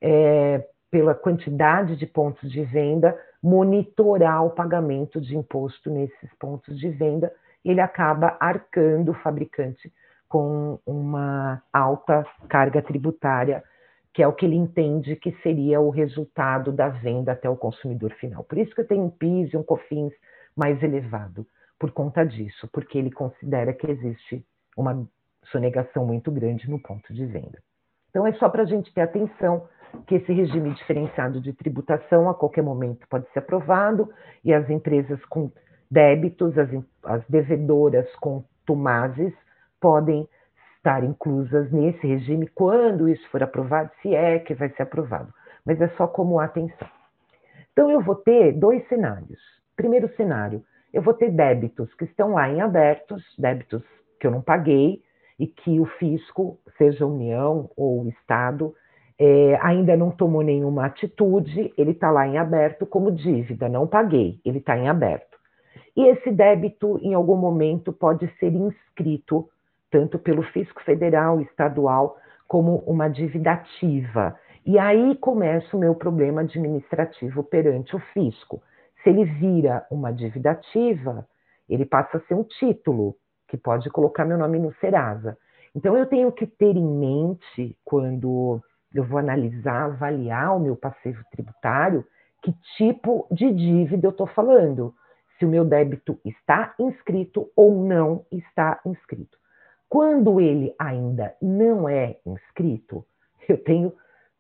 Speaker 2: é, pela quantidade de pontos de venda, monitorar o pagamento de imposto nesses pontos de venda, e ele acaba arcando o fabricante com uma alta carga tributária, que é o que ele entende que seria o resultado da venda até o consumidor final. Por isso que eu tenho um PIS e um COFINS mais elevado, por conta disso, porque ele considera que existe uma sonegação muito grande no ponto de venda. Então é só para a gente ter atenção que esse regime diferenciado de tributação a qualquer momento pode ser aprovado, e as empresas com débitos, as, as devedoras contumazes, podem estar inclusas nesse regime quando isso for aprovado, se é que vai ser aprovado. Mas é só como atenção. Então eu vou ter dois cenários. Primeiro cenário, eu vou ter débitos que estão lá em abertos, débitos que eu não paguei e que o fisco, seja a União ou o Estado, é, ainda não tomou nenhuma atitude, ele está lá em aberto como dívida, não paguei, ele está em aberto. E esse débito, em algum momento, pode ser inscrito, tanto pelo fisco federal e estadual, como uma dívida ativa. E aí começa o meu problema administrativo perante o fisco. Se ele vira uma dívida ativa, ele passa a ser um título, que pode colocar meu nome no Serasa. Então, eu tenho que ter em mente, quando eu vou analisar, avaliar o meu passivo tributário, que tipo de dívida eu estou falando, se o meu débito está inscrito ou não está inscrito. Quando ele ainda não é inscrito, eu tenho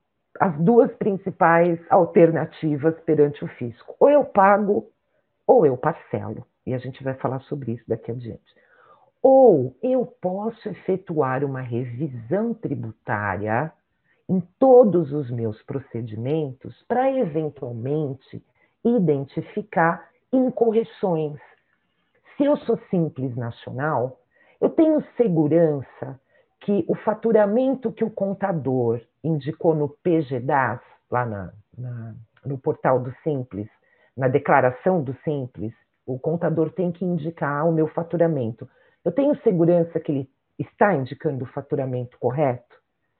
Speaker 2: as duas principais alternativas perante o fisco. Ou eu pago, ou eu parcelo. E a gente vai falar sobre isso daqui adiante. Ou eu posso efetuar uma revisão tributária em todos os meus procedimentos para, eventualmente, identificar incorreções. Se eu sou Simples Nacional, eu tenho segurança que o faturamento que o contador indicou no P G D A S, lá na, na, no portal do Simples, na declaração do Simples, o contador tem que indicar o meu faturamento. Eu tenho segurança que ele está indicando o faturamento correto?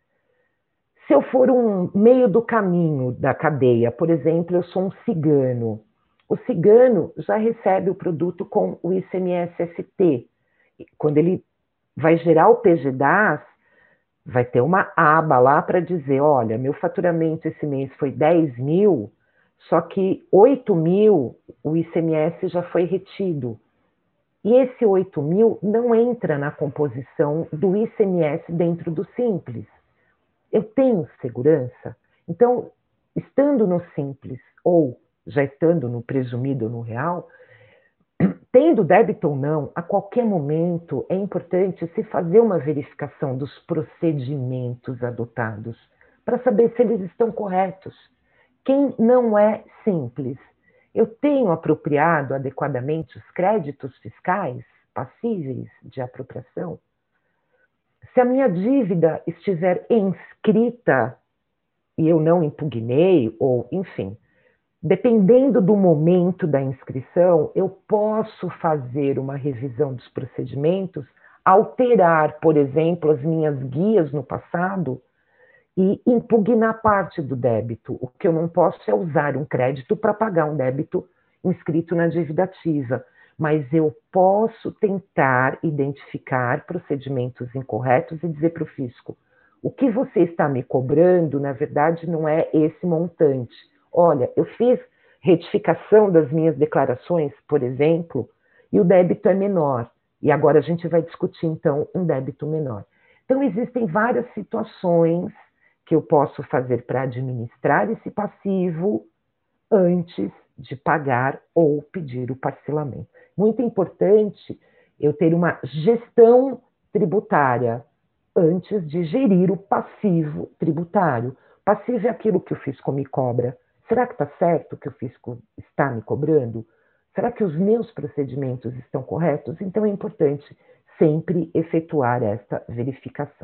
Speaker 2: Se eu for um meio do caminho da cadeia, por exemplo, eu sou um cigano, o cigano já recebe o produto com o I C M S S T. Quando ele vai gerar o P G D A S, vai ter uma aba lá para dizer, olha, meu faturamento esse mês foi dez mil, só que oito mil o I C M S já foi retido. E esse oito mil não entra na composição do I C M S dentro do Simples. Eu tenho segurança? Então, estando no Simples ou já estando no presumido ou no real, tendo débito ou não, a qualquer momento é importante se fazer uma verificação dos procedimentos adotados para saber se eles estão corretos. Quem não é Simples, eu tenho apropriado adequadamente os créditos fiscais passíveis de apropriação? Se a minha dívida estiver inscrita e eu não impugnei, ou enfim, dependendo do momento da inscrição, eu posso fazer uma revisão dos procedimentos, alterar, por exemplo, as minhas guias no passado e impugnar parte do débito. O que eu não posso é usar um crédito para pagar um débito inscrito na dívida ativa, mas eu posso tentar identificar procedimentos incorretos e dizer para o fisco, o que você está me cobrando, na verdade, não é esse montante. Olha, eu fiz retificação das minhas declarações, por exemplo, e o débito é menor. E agora a gente vai discutir, então, um débito menor. Então, existem várias situações que eu posso fazer para administrar esse passivo antes de pagar ou pedir o parcelamento. Muito importante eu ter uma gestão tributária antes de gerir o passivo tributário. Passivo é aquilo que o fisco me cobra. Será que está certo o que o fisco está me cobrando? Será que os meus procedimentos estão corretos? Então é importante sempre efetuar esta verificação.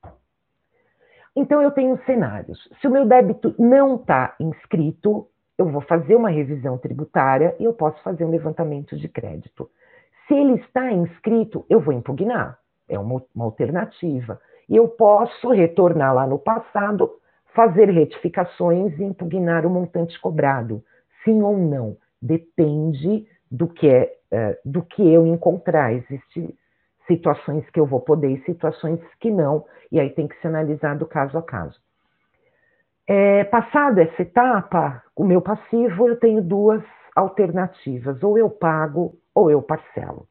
Speaker 2: Então eu tenho cenários. Se o meu débito não está inscrito, eu vou fazer uma revisão tributária e eu posso fazer um levantamento de crédito. Se ele está inscrito, eu vou impugnar. É uma, uma alternativa. E eu posso retornar lá no passado, fazer retificações e impugnar o montante cobrado. Sim ou não. Depende do que, é, é, do que eu encontrar. Existem situações que eu vou poder e situações que não. E aí tem que ser analisado caso a caso. É, passada essa etapa, o meu passivo, eu tenho duas alternativas. Ou eu pago ou eu parcelo.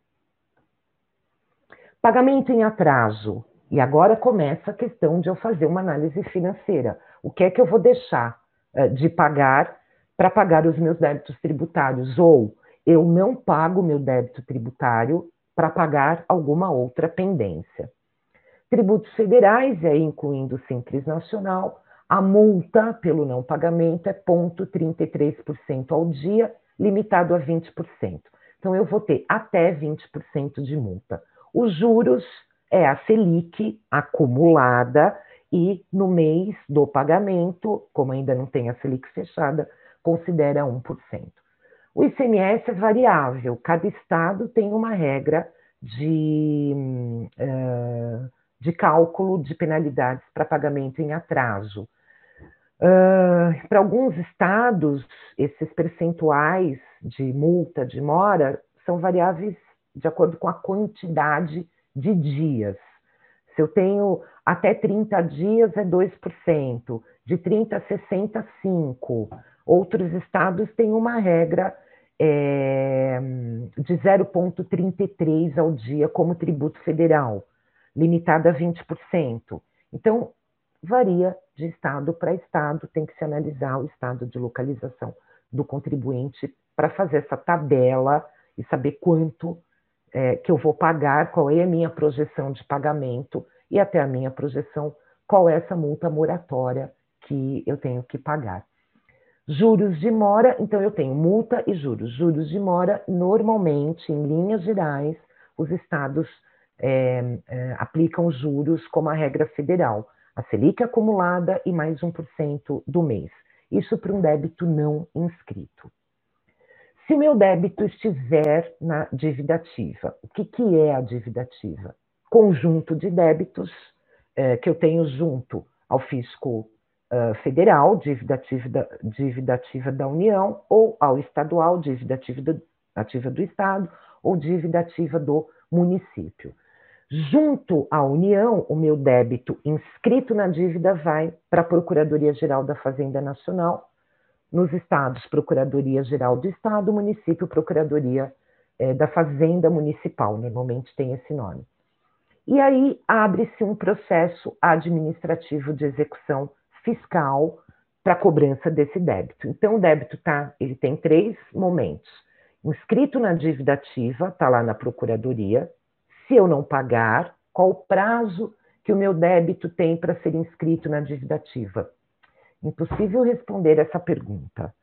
Speaker 2: Pagamento em atraso. E agora começa a questão de eu fazer uma análise financeira. O que é que eu vou deixar uh, de pagar para pagar os meus débitos tributários? Ou eu não pago meu débito tributário para pagar alguma outra pendência. Tributos federais, e aí incluindo o Simples Nacional, a multa pelo não pagamento é zero vírgula trinta e três por cento ao dia, limitado a vinte por cento. Então eu vou ter até vinte por cento de multa. Os juros é a Selic acumulada e no mês do pagamento, como ainda não tem a Selic fechada, considera um por cento. O I C M S é variável, cada estado tem uma regra de, uh, de cálculo de penalidades para pagamento em atraso. Uh, para alguns estados, esses percentuais de multa, de mora, são variáveis de acordo com a quantidade de dias. Se eu tenho até trinta dias, é dois por cento, de trinta a sessenta, cinco por cento. Outros estados têm uma regra é, de zero vírgula trinta e três ao dia como tributo federal, limitada a vinte por cento. Então, varia de estado para estado, tem que se analisar o estado de localização do contribuinte para fazer essa tabela e saber quanto é, que eu vou pagar, qual é a minha projeção de pagamento e até a minha projeção qual é essa multa moratória que eu tenho que pagar. Juros de mora, então eu tenho multa e juros. Juros de mora, normalmente, em linhas gerais, os estados é, é, aplicam juros como a regra federal, a Selic acumulada e mais um por cento do mês. Isso para um débito não inscrito. Se o meu débito estiver na dívida ativa, o que, que é a dívida ativa? Conjunto de débitos é, que eu tenho junto ao fisco uh, federal, dívida ativa, da, dívida ativa da União, ou ao estadual, dívida ativa do, ativa do Estado, ou dívida ativa do município. Junto à União, o meu débito inscrito na dívida vai para a Procuradoria-Geral da Fazenda Nacional, nos estados, Procuradoria-Geral do Estado, município, Procuradoria eh, da Fazenda Municipal, normalmente tem esse nome. E aí abre-se um processo administrativo de execução fiscal para cobrança desse débito. Então, o débito tá, ele tem três momentos. Inscrito na dívida ativa, está lá na Procuradoria. Se eu não pagar, qual o prazo que o meu débito tem para ser inscrito na dívida ativa? Impossível responder essa pergunta.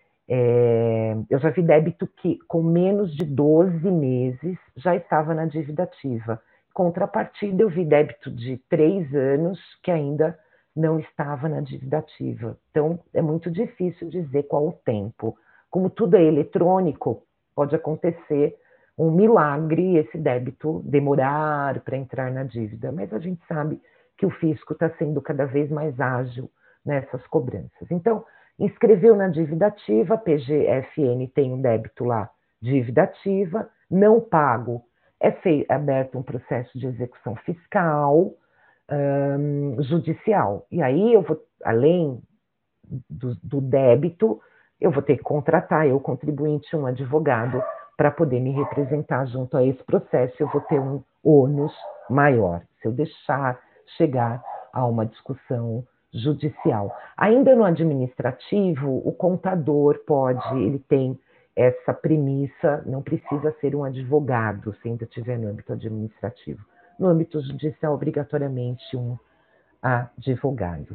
Speaker 2: É, eu já vi débito que, com menos de doze meses, já estava na dívida ativa. Contrapartida, eu vi débito de três anos que ainda não estava na dívida ativa. Então, é muito difícil dizer qual o tempo. Como tudo é eletrônico, pode acontecer um milagre e esse débito demorar para entrar na dívida. Mas a gente sabe que o fisco está sendo cada vez mais ágil nessas cobranças. Então, inscreveu na dívida ativa, P G F N tem um débito lá, dívida ativa, não pago, é feito, aberto um processo de execução fiscal, hum, judicial. E aí eu vou, além do, do débito, eu vou ter que contratar, eu, contribuinte, um advogado para poder me representar junto a esse processo, eu vou ter um ônus maior, se eu deixar chegar a uma discussão judicial. Ainda no administrativo, o contador pode, ele tem essa premissa, não precisa ser um advogado, se ainda estiver no âmbito administrativo. No âmbito judicial, obrigatoriamente um advogado.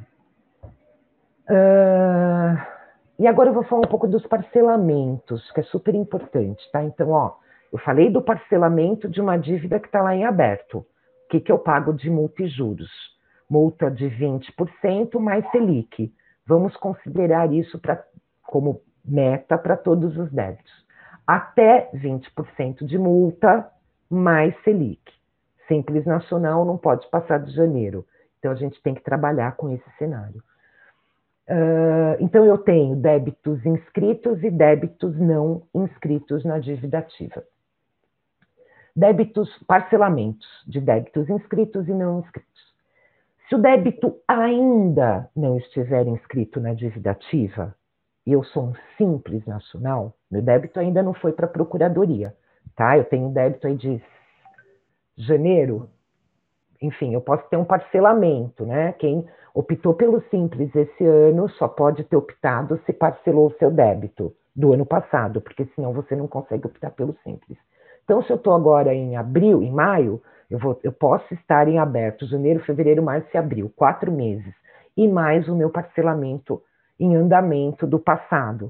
Speaker 2: Uh, e agora eu vou falar um pouco dos parcelamentos, que é super importante, tá? Então, ó, eu falei do parcelamento de uma dívida que está lá em aberto. O que, que eu pago de multa e juros? Multa de vinte por cento mais Selic. Vamos considerar isso pra, como meta para todos os débitos. Até vinte por cento de multa mais Selic. Simples Nacional não pode passar de janeiro. Então, a gente tem que trabalhar com esse cenário. Uh, então, eu tenho débitos inscritos e débitos não inscritos na dívida ativa. Débitos, parcelamentos de débitos inscritos e não inscritos. Se o débito ainda não estiver inscrito na dívida ativa, e eu sou um Simples Nacional, meu débito ainda não foi para a Procuradoria, tá? Eu tenho um débito aí de janeiro, enfim, eu posso ter um parcelamento, né? Quem optou pelo Simples esse ano só pode ter optado se parcelou o seu débito do ano passado, porque senão você não consegue optar pelo Simples. Então, se eu estou agora em abril, em maio, eu, vou, eu posso estar em aberto janeiro, fevereiro, março e abril, quatro meses, e mais o meu parcelamento em andamento do passado.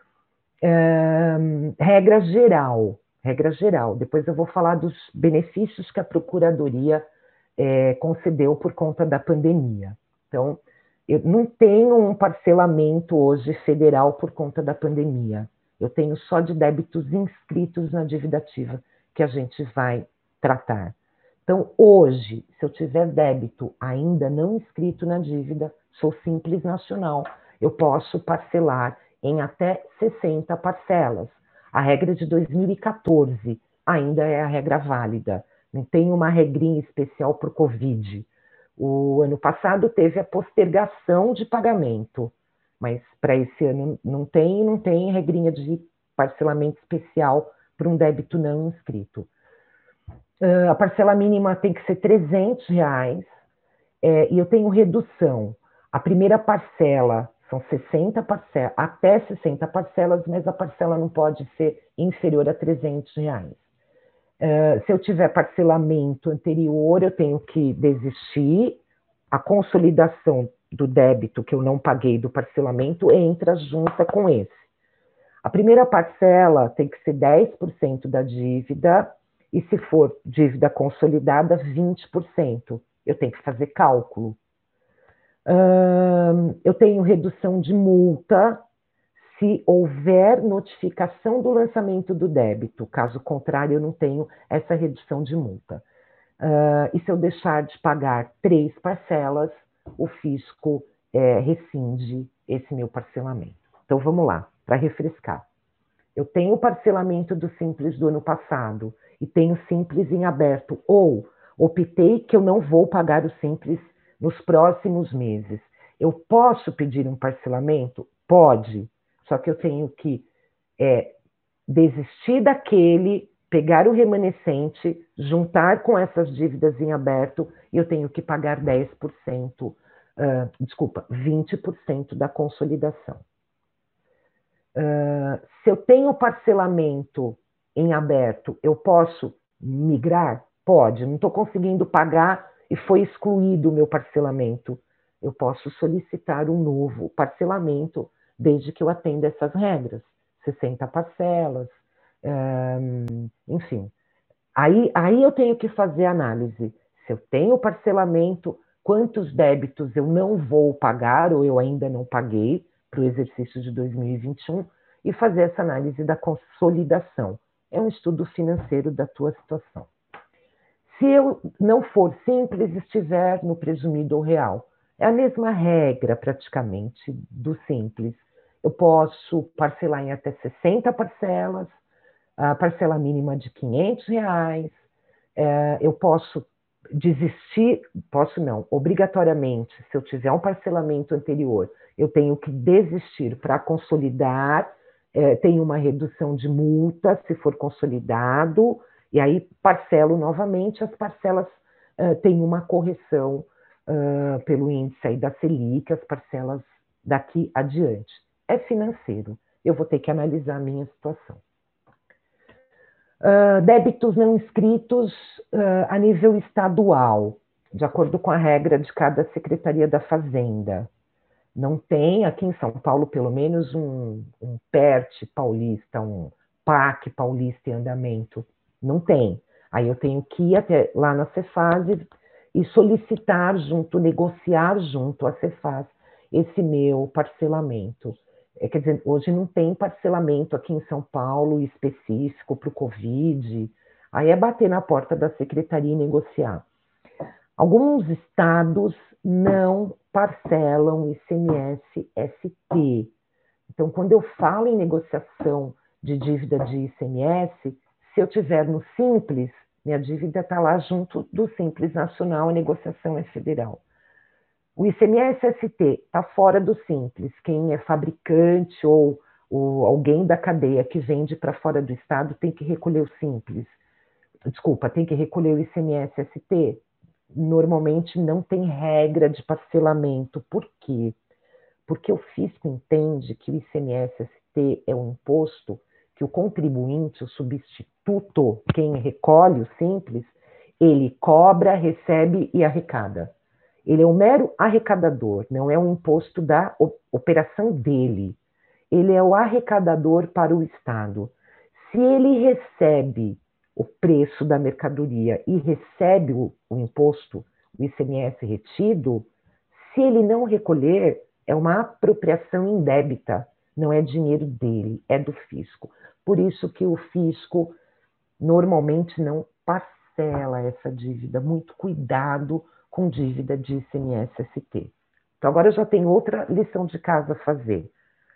Speaker 2: É, regra geral, regra geral, depois eu vou falar dos benefícios que a Procuradoria é, concedeu por conta da pandemia. Então, eu não tenho um parcelamento hoje federal por conta da pandemia. Eu tenho só de débitos inscritos na dívida ativa que a gente vai tratar. Então, hoje, se eu tiver débito ainda não inscrito na dívida, sou Simples Nacional, eu posso parcelar em até sessenta parcelas. A regra de dois mil e quatorze ainda é a regra válida. Não tem uma regrinha especial para o Covid. O ano passado teve a postergação de pagamento, mas para esse ano não tem, não tem regrinha de parcelamento especial para um débito não inscrito. Uh, a parcela mínima tem que ser trezentos reais, é, e eu tenho redução. A primeira parcela são sessenta parcelas, até sessenta parcelas, mas a parcela não pode ser inferior a trezentos reais. Uh, se eu tiver parcelamento anterior, eu tenho que desistir, a consolidação do débito que eu não paguei do parcelamento entra junta com esse. A primeira parcela tem que ser dez por cento da dívida, e se for dívida consolidada, vinte por cento. Eu tenho que fazer cálculo. Hum, eu tenho redução de multa se houver notificação do lançamento do débito. Caso contrário, eu não tenho essa redução de multa. Uh, e se eu deixar de pagar três parcelas, o fisco é, rescinde esse meu parcelamento. Então, vamos lá, para refrescar. Eu tenho o parcelamento do Simples do ano passado e tenho Simples em aberto, ou optei que eu não vou pagar o Simples nos próximos meses. Eu posso pedir um parcelamento? Pode, só que eu tenho que é, desistir daquele, pegar o remanescente, juntar com essas dívidas em aberto, e eu tenho que pagar dez por cento, uh, desculpa, vinte por cento da consolidação. Uh, se eu tenho parcelamento em aberto, eu posso migrar? Pode, não estou conseguindo pagar e foi excluído o meu parcelamento. Eu posso solicitar um novo parcelamento, desde que eu atenda essas regras. sessenta parcelas, um, enfim. Aí, aí eu tenho que fazer análise. Se eu tenho parcelamento, quantos débitos eu não vou pagar ou eu ainda não paguei para o exercício de dois mil e vinte e um, e fazer essa análise da consolidação. É um estudo financeiro da tua situação. Se eu não for simples, estiver no presumido ou real, é a mesma regra praticamente do simples. Eu posso parcelar em até sessenta parcelas, a parcela mínima de quinhentos reais, é, eu posso desistir, posso não, obrigatoriamente, se eu tiver um parcelamento anterior, eu tenho que desistir para consolidar, é, tem uma redução de multa se for consolidado, e aí parcelo novamente, as parcelas uh, têm uma correção uh, pelo índice aí da Selic, as parcelas daqui adiante. É financeiro, eu vou ter que analisar a minha situação. Uh, débitos não inscritos uh, a nível estadual, de acordo com a regra de cada Secretaria da Fazenda. Não tem, aqui em São Paulo, pelo menos, um, um PERT paulista, um PAC paulista em andamento. Não tem. Aí eu tenho que ir até lá na Cefaz e solicitar junto, negociar junto à Cefaz esse meu parcelamento. É, quer dizer, hoje não tem parcelamento aqui em São Paulo específico para o Covid. Aí é bater na porta da secretaria e negociar. Alguns estados não parcelam I C M S S T. Então, quando eu falo em negociação de dívida de I C M S, se eu tiver no Simples, minha dívida está lá junto do Simples Nacional, a negociação é federal. O I C M S S T está fora do Simples. Quem é fabricante ou, ou alguém da cadeia que vende para fora do estado tem que recolher o Simples. Desculpa, tem que recolher o I C M S S T. Normalmente não tem regra de parcelamento. Por quê? Porque o fisco entende que o I C M S S T é um imposto que o contribuinte, o substituto, quem recolhe o Simples, ele cobra, recebe e arrecada. Ele é um mero arrecadador, não é um imposto da operação dele. Ele é o arrecadador para o Estado. Se ele recebe o preço da mercadoria e recebe o, o imposto, o I C M S retido, se ele não recolher, é uma apropriação indébita, não é dinheiro dele, é do fisco. Por isso que o fisco normalmente não parcela essa dívida. Muito cuidado com dívida de I C M S S T. Então, agora eu já tenho outra lição de casa a fazer.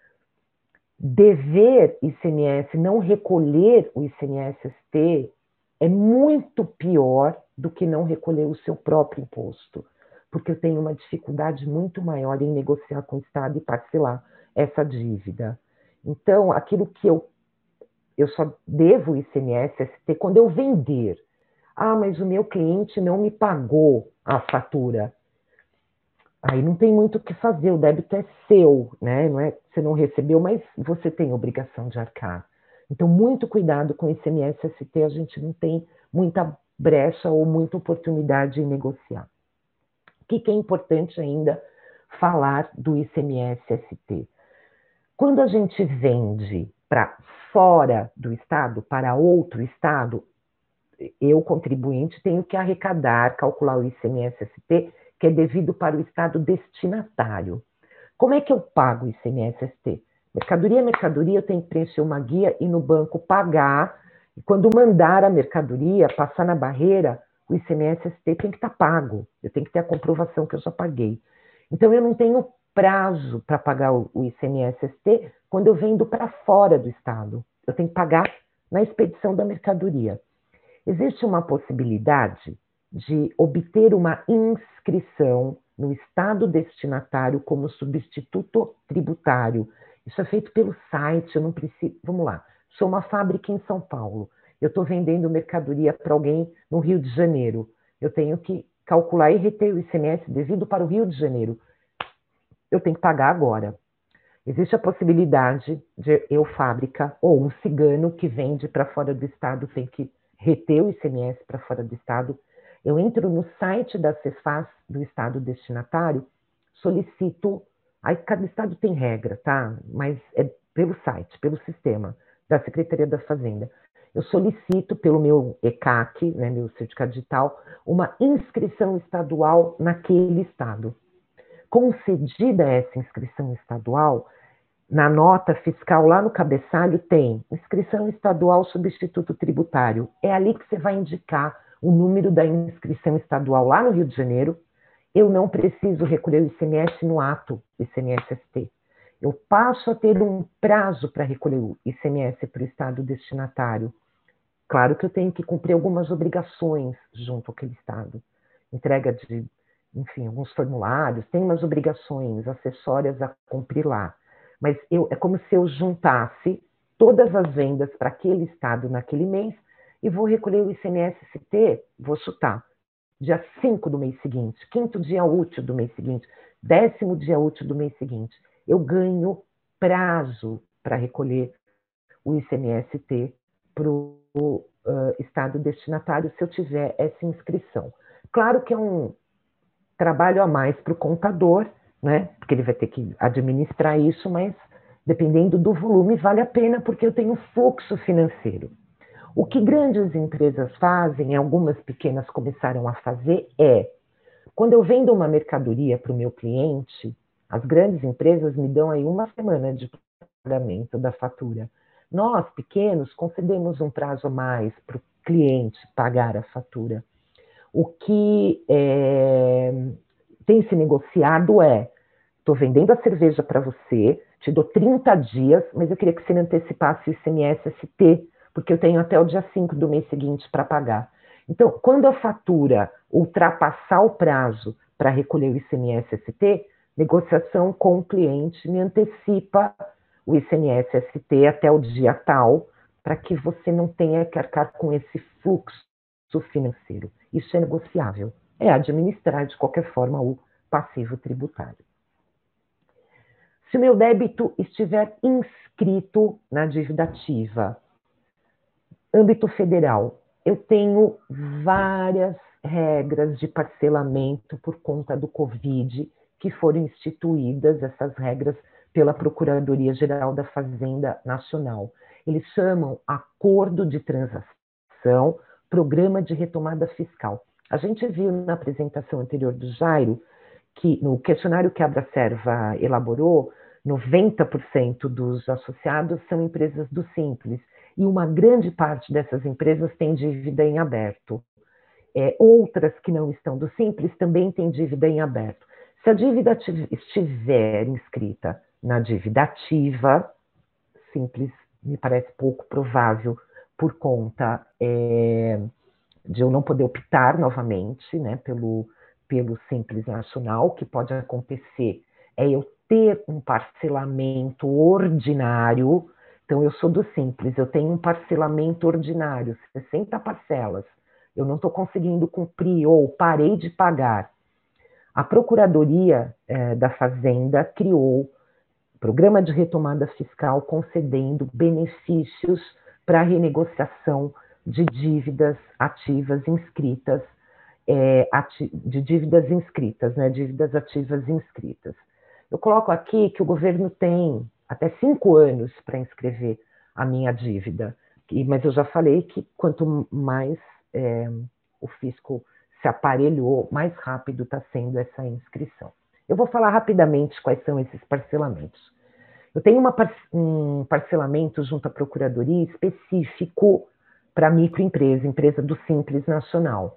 Speaker 2: Dever I C M S, não recolher o I C M S S T, é muito pior do que não recolher o seu próprio imposto, porque eu tenho uma dificuldade muito maior em negociar com o Estado e parcelar essa dívida. Então, aquilo que eu, eu só devo o I C M S S T quando eu vender. Ah, mas o meu cliente não me pagou a fatura. Aí não tem muito o que fazer, o débito é seu, né? Não é, você não recebeu, mas você tem obrigação de arcar. Então, muito cuidado com o I C M S S T, a gente não tem muita brecha ou muita oportunidade em negociar. que, que é importante ainda falar do I C M S S T? Quando a gente vende para fora do estado, para outro estado, eu, contribuinte, tenho que arrecadar, calcular o I C M S S T, que é devido para o estado destinatário. Como é que eu pago o I C M S S T? Mercadoria é mercadoria, eu tenho que preencher uma guia e no banco pagar. E quando mandar a mercadoria, passar na barreira, o I C M S S T tem que estar pago. Eu tenho que ter a comprovação que eu já paguei. Então, eu não tenho prazo para pagar o I C M S S T quando eu vendo para fora do estado. Eu tenho que pagar na expedição da mercadoria. Existe uma possibilidade de obter uma inscrição no estado destinatário como substituto tributário. Isso é feito pelo site, eu não preciso... Vamos lá, sou uma fábrica em São Paulo, eu estou vendendo mercadoria para alguém no Rio de Janeiro. Eu tenho que calcular e reter o I C M S devido para o Rio de Janeiro. Eu tenho que pagar agora. Existe a possibilidade de eu, fábrica, ou um cigano que vende para fora do estado, tem que reter o I C M S para fora do estado. Eu entro no site da Cefaz do estado destinatário, solicito, aí cada estado tem regra, tá? Mas é pelo site, pelo sistema da Secretaria da Fazenda. Eu solicito pelo meu E C A C, né, meu certificado digital, uma inscrição estadual naquele estado. Concedida essa inscrição estadual, na nota fiscal, lá no cabeçalho, tem inscrição estadual substituto tributário. É ali que você vai indicar o número da inscrição estadual lá no Rio de Janeiro. Eu não preciso recolher o I C M S no ato do I C M S S T. Eu passo a ter um prazo para recolher o I C M S para o estado destinatário. Claro que eu tenho que cumprir algumas obrigações junto àquele estado. Entrega de, enfim, alguns formulários, tem umas obrigações acessórias a cumprir lá. Mas eu, é como se eu juntasse todas as vendas para aquele estado naquele mês e vou recolher o I C M S S T, vou chutar, dia cinco do mês seguinte, quinto dia útil do mês seguinte, décimo dia útil do mês seguinte. Eu ganho prazo para recolher o I C M S S T para o uh, estado destinatário se eu tiver essa inscrição. Claro que é um trabalho a mais para o contador, né? Porque ele vai ter que administrar isso, mas dependendo do volume vale a pena porque eu tenho fluxo financeiro. O que grandes empresas fazem, algumas pequenas começaram a fazer, é, quando eu vendo uma mercadoria para o meu cliente, as grandes empresas me dão aí uma semana de pagamento da fatura. Nós, pequenos, concedemos um prazo a mais para o cliente pagar a fatura. O que é, tem se negociado é, estou vendendo a cerveja para você, te dou trinta dias, mas eu queria que você me antecipasse o I C M S S T, porque eu tenho até o dia cinco do mês seguinte para pagar. Então, quando a fatura ultrapassar o prazo para recolher o I C M S S T, negociação com o cliente me antecipa o I C M S S T até o dia tal, para que você não tenha que arcar com esse fluxo financeiro. Isso é negociável. É administrar, de qualquer forma, o passivo tributário. Se o meu débito estiver inscrito na dívida ativa, âmbito federal, eu tenho várias regras de parcelamento por conta do Covid que foram instituídas, essas regras, pela Procuradoria-Geral da Fazenda Nacional. Eles chamam Acordo de Transação, Programa de Retomada Fiscal. A gente viu na apresentação anterior do Jairo que no questionário que a Abracerva elaborou, noventa por cento dos associados são empresas do Simples, e uma grande parte dessas empresas tem dívida em aberto. É, outras que não estão do Simples também têm dívida em aberto. Se a dívida estiver inscrita na dívida ativa, Simples me parece pouco provável por conta é, de eu não poder optar novamente, né, pelo, pelo Simples Nacional. O que pode acontecer é eu ter um parcelamento ordinário. Então, eu sou do Simples, eu tenho um parcelamento ordinário, sessenta parcelas. Eu não estou conseguindo cumprir ou parei de pagar. A Procuradoria eh, da Fazenda criou Programa de Retomada Fiscal concedendo benefícios para a renegociação de dívidas ativas inscritas é, de dívidas inscritas, né, dívidas ativas inscritas. Eu coloco aqui que o governo tem até cinco anos para inscrever a minha dívida, mas eu já falei que quanto mais é, o fisco se aparelhou, mais rápido está sendo essa inscrição. Eu vou falar rapidamente quais são esses parcelamentos. Eu tenho uma, um parcelamento junto à Procuradoria específico para microempresa, empresa do Simples Nacional.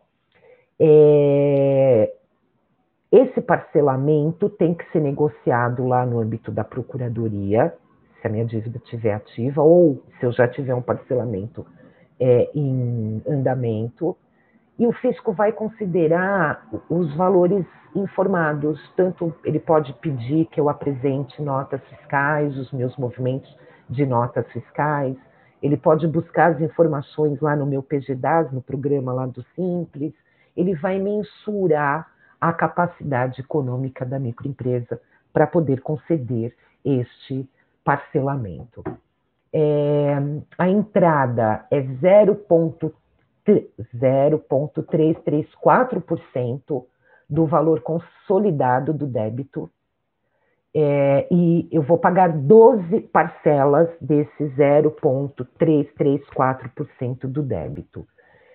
Speaker 2: É, esse parcelamento tem que ser negociado lá no âmbito da Procuradoria, se a minha dívida estiver ativa, ou se eu já tiver um parcelamento é, em andamento, e o fisco vai considerar os valores informados, tanto ele pode pedir que eu apresente notas fiscais, os meus movimentos de notas fiscais, ele pode buscar as informações lá no meu P G D A S, no programa lá do Simples, ele vai mensurar a capacidade econômica da microempresa para poder conceder este parcelamento. É, a entrada é zero vírgula trezentos e trinta e quatro por cento do valor consolidado do débito, é, e eu vou pagar doze parcelas desse zero vírgula trezentos e trinta e quatro por cento do débito.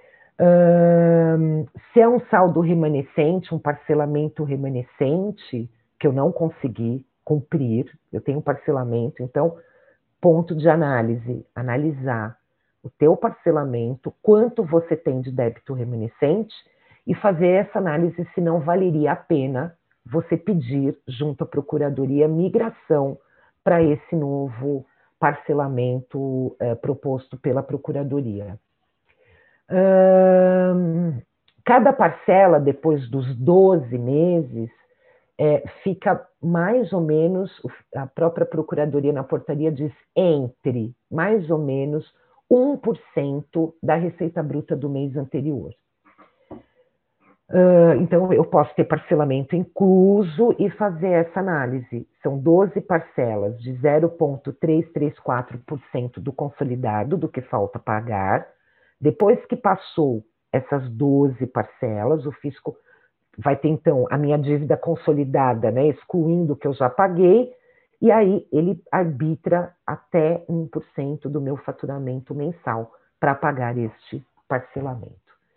Speaker 2: Hum, se é um saldo remanescente, um parcelamento remanescente, que eu não consegui cumprir, eu tenho um parcelamento, então, ponto de análise, analisar o teu parcelamento, quanto você tem de débito remanescente e fazer essa análise se não valeria a pena você pedir junto à Procuradoria migração para esse novo parcelamento eh, proposto pela Procuradoria. Hum, cada parcela, depois dos doze meses, é, fica mais ou menos, a própria Procuradoria na portaria diz entre mais ou menos um por cento da receita bruta do mês anterior. Uh, então, eu posso ter parcelamento incluso e fazer essa análise. São doze parcelas de zero vírgula trezentos e trinta e quatro por cento do consolidado, do que falta pagar. Depois que passou essas doze parcelas, o fisco vai ter, então, a minha dívida consolidada, né, excluindo o que eu já paguei, e aí ele arbitra até um por cento do meu faturamento mensal para pagar este parcelamento.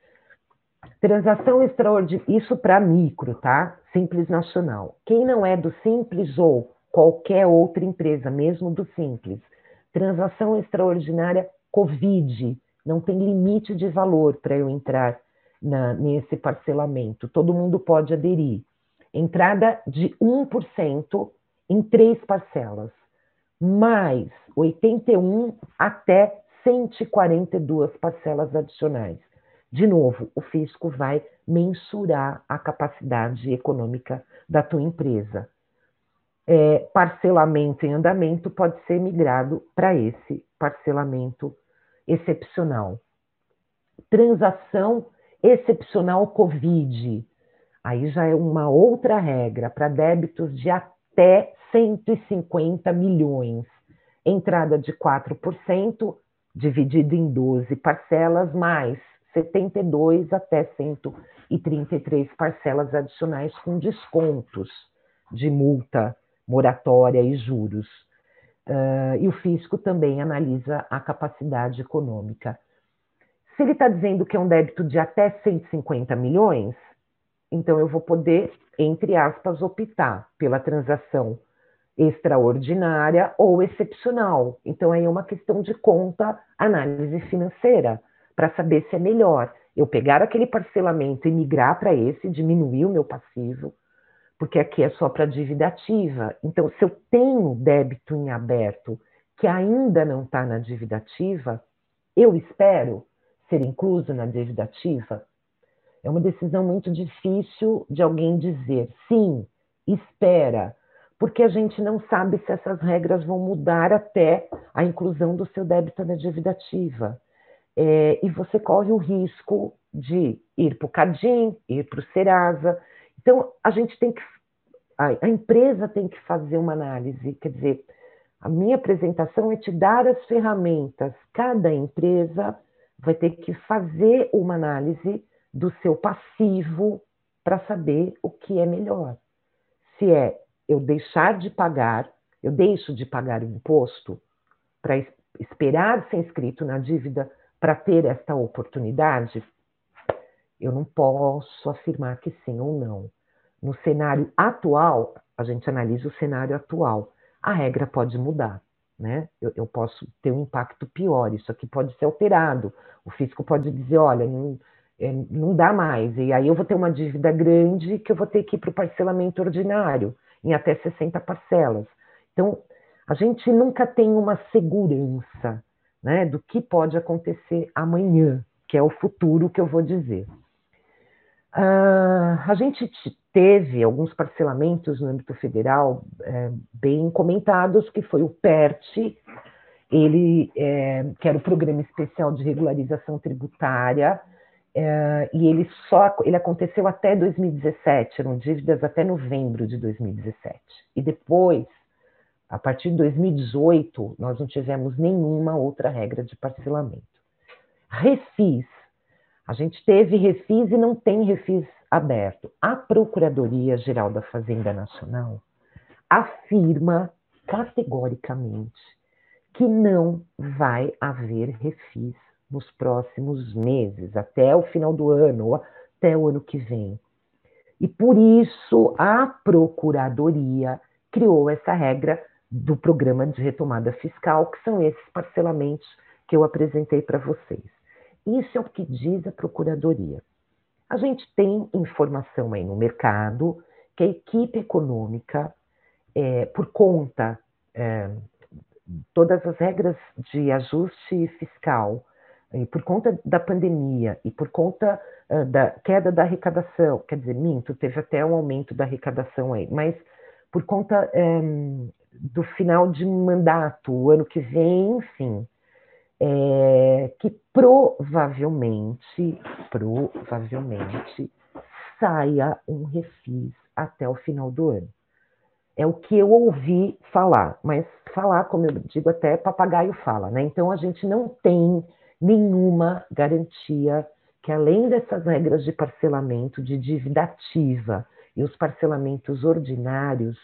Speaker 2: Transação extraordinária, isso para micro, tá? Simples Nacional. Quem não é do Simples ou qualquer outra empresa, mesmo do Simples, transação extraordinária Covid, não tem limite de valor para eu entrar na, nesse parcelamento. Todo mundo pode aderir. Entrada de um por cento em três parcelas, mais oitenta e um até cento e quarenta e duas parcelas adicionais. De novo, o fisco vai mensurar a capacidade econômica da tua empresa. É, parcelamento em andamento pode ser migrado para esse parcelamento excepcional. Transação excepcional Covid. Aí já é uma outra regra para débitos de até cento e cinquenta milhões. Entrada de quatro por cento, dividido em doze parcelas, mais setenta e dois até cento e trinta e três parcelas adicionais com descontos de multa, moratória e juros. Uh, e o fisco também analisa a capacidade econômica. Se ele está dizendo que é um débito de até cento e cinquenta milhões, então eu vou poder, entre aspas, optar pela transação extraordinária ou excepcional. Então aí é uma questão de conta, análise financeira, para saber se é melhor eu pegar aquele parcelamento e migrar para esse, diminuir o meu passivo, porque aqui é só para dívida ativa. Então, se eu tenho débito em aberto que ainda não está na dívida ativa, eu espero ser incluso na dívida ativa? É uma decisão muito difícil de alguém dizer sim, espera, porque a gente não sabe se essas regras vão mudar até a inclusão do seu débito na dívida ativa. É, e você corre o risco de ir para o Cadim, ir para o Serasa. Então, a gente tem que, a, a empresa tem que fazer uma análise, quer dizer, a minha apresentação é te dar as ferramentas. Cada empresa vai ter que fazer uma análise do seu passivo para saber o que é melhor. Se é eu deixar de pagar, eu deixo de pagar o imposto para esperar ser inscrito na dívida para ter esta oportunidade, eu não posso afirmar que sim ou não. No cenário atual, a gente analisa o cenário atual, a regra pode mudar, né? Eu, eu posso ter um impacto pior, isso aqui pode ser alterado, o fisco pode dizer, olha, não, é, não dá mais, e aí eu vou ter uma dívida grande que eu vou ter que ir para o parcelamento ordinário, em até sessenta parcelas. Então, a gente nunca tem uma segurança, né, do que pode acontecer amanhã, que é o futuro que eu vou dizer. Uh, a gente teve alguns parcelamentos no âmbito federal é, bem comentados, que foi o PERT, ele, é, que era o Programa Especial de Regularização Tributária, é, e ele só ele aconteceu até dois mil e dezessete, eram dívidas até novembro de dois mil e dezessete. E depois, a partir de dois mil e dezoito, nós não tivemos nenhuma outra regra de parcelamento. Refis. A gente teve refis e não tem refis aberto. A Procuradoria-Geral da Fazenda Nacional afirma categoricamente que não vai haver refis nos próximos meses, até o final do ano, ou até o ano que vem. E por isso a Procuradoria criou essa regra do Programa de Retomada Fiscal, que são esses parcelamentos que eu apresentei para vocês. Isso é o que diz a Procuradoria. A gente tem informação aí no mercado que a equipe econômica, é, por conta é, todas as regras de ajuste fiscal, e por conta da pandemia e por conta uh, da queda da arrecadação, quer dizer, minto, teve até um aumento da arrecadação aí, mas por conta um, do final de mandato, o ano que vem, enfim, é, que provavelmente, provavelmente, saia um refis até o final do ano. É o que eu ouvi falar, mas falar, como eu digo, até papagaio fala, né? Então a gente não tem nenhuma garantia que, além dessas regras de parcelamento de dívida ativa e os parcelamentos ordinários,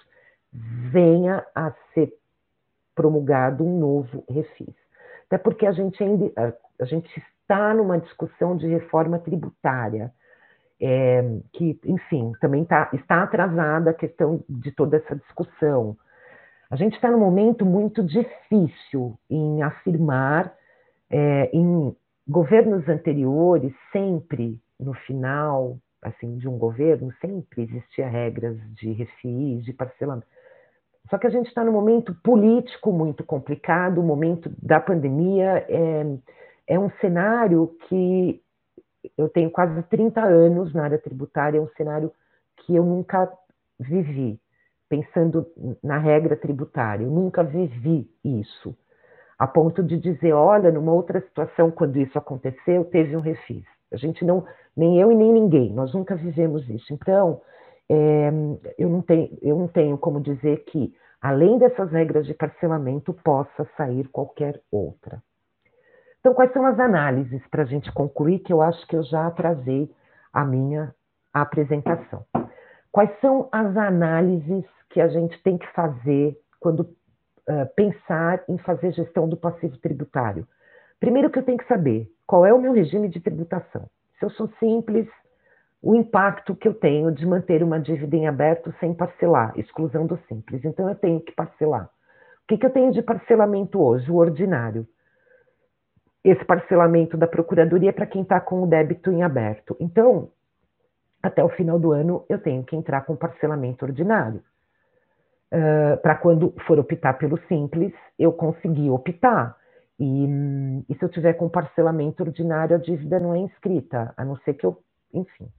Speaker 2: venha a ser promulgado um novo refis. Até porque a gente ainda a gente está numa discussão de reforma tributária, é, que, enfim, também tá, está atrasada a questão de toda essa discussão. A gente está num momento muito difícil em afirmar, é, em governos anteriores, sempre no final assim, de um governo, sempre existia regras de refis, de parcelamento. Só que a gente está num momento político muito complicado, o momento da pandemia é, é um cenário que eu tenho quase trinta anos na área tributária, é um cenário que eu nunca vivi, pensando na regra tributária, eu nunca vivi isso, a ponto de dizer, olha, numa outra situação, quando isso aconteceu, teve um refis. A gente não, nem eu e nem ninguém, nós nunca vivemos isso. Então, é, eu, não tenho, eu não tenho como dizer que, além dessas regras de parcelamento, possa sair qualquer outra. Então, quais são as análises para a gente concluir, que eu acho que eu já atrasei a minha apresentação. Quais são as análises que a gente tem que fazer quando uh, pensar em fazer gestão do passivo tributário? Primeiro que eu tenho que saber qual é o meu regime de tributação. Se eu sou simples, o impacto que eu tenho de manter uma dívida em aberto sem parcelar, exclusão do simples. Então, eu tenho que parcelar. O que, que eu tenho de parcelamento hoje? O ordinário. Esse parcelamento da Procuradoria é para quem está com o débito em aberto. Então, até o final do ano, eu tenho que entrar com parcelamento ordinário. Uh, para quando for optar pelo simples, eu conseguir optar. E, e se eu tiver com parcelamento ordinário, a dívida não é inscrita, a não ser que eu, enfim.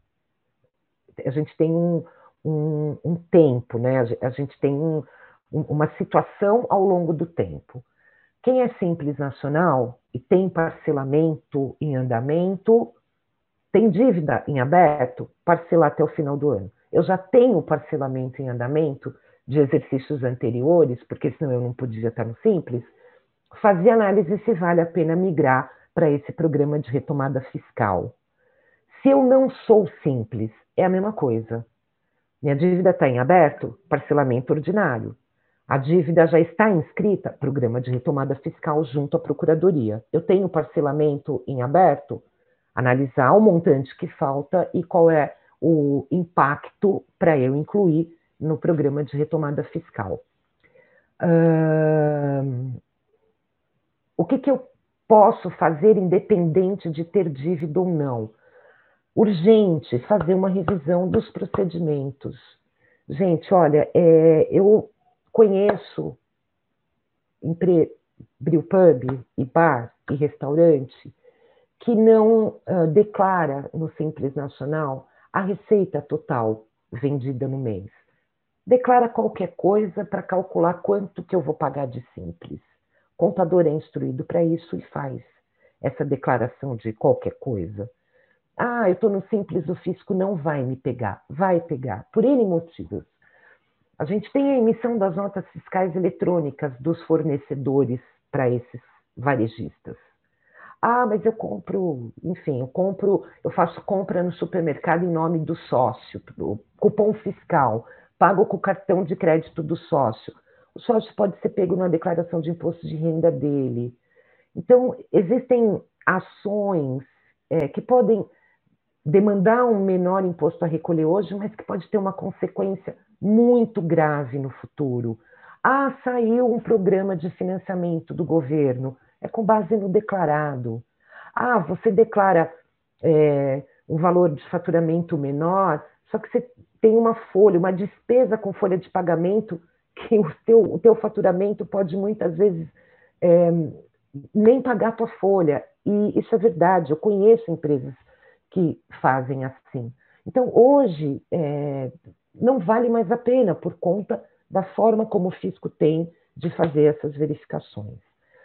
Speaker 2: A gente tem um, um, um tempo, né? A gente tem um, um, uma situação ao longo do tempo. Quem é simples nacional e tem parcelamento em andamento, tem dívida em aberto, parcelar até o final do ano. Eu já tenho parcelamento em andamento de exercícios anteriores, porque senão eu não podia estar no simples, fazer análise se vale a pena migrar para esse programa de retomada fiscal. Se eu não sou simples, é a mesma coisa. Minha dívida está em aberto, parcelamento ordinário. A dívida já está inscrita, programa de retomada fiscal junto à Procuradoria. Eu tenho parcelamento em aberto, analisar o montante que falta e qual é o impacto para eu incluir no programa de retomada fiscal. Hum, o que, que eu posso fazer independente de ter dívida ou não? Urgente, fazer uma revisão dos procedimentos. Gente, olha, é, eu conheço empre... brewpub e bar e restaurante que não uh, declara no Simples Nacional a receita total vendida no mês. Declara qualquer coisa para calcular quanto que eu vou pagar de Simples. O contador é instruído para isso e faz essa declaração de qualquer coisa. Ah, eu estou no Simples, o fisco não vai me pegar. Vai pegar, por N motivos. A gente tem a emissão das notas fiscais eletrônicas dos fornecedores para esses varejistas. Ah, mas eu compro, enfim, eu compro, eu faço compra no supermercado em nome do sócio, cupom fiscal, pago com o cartão de crédito do sócio. O sócio pode ser pego na declaração de imposto de renda dele. Então, existem ações é, que podem demandar um menor imposto a recolher hoje, mas que pode ter uma consequência muito grave no futuro. Ah, saiu um programa de financiamento do governo, é com base no declarado. Ah, você declara é, um valor de faturamento menor, só que você tem uma folha, uma despesa com folha de pagamento, que o teu, o teu faturamento pode muitas vezes é, nem pagar a tua folha. E isso é verdade, eu conheço empresas que fazem assim. Então, hoje, é, não vale mais a pena por conta da forma como o fisco tem de fazer essas verificações.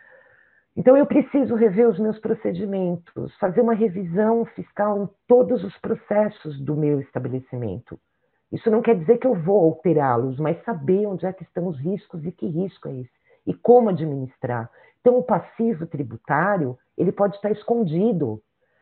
Speaker 2: Então, eu preciso rever os meus procedimentos, fazer uma revisão fiscal em todos os processos do meu estabelecimento. Isso não quer dizer que eu vou alterá-los, mas saber onde é que estão os riscos e que risco é esse, e como administrar. Então, o passivo tributário, ele pode estar escondido.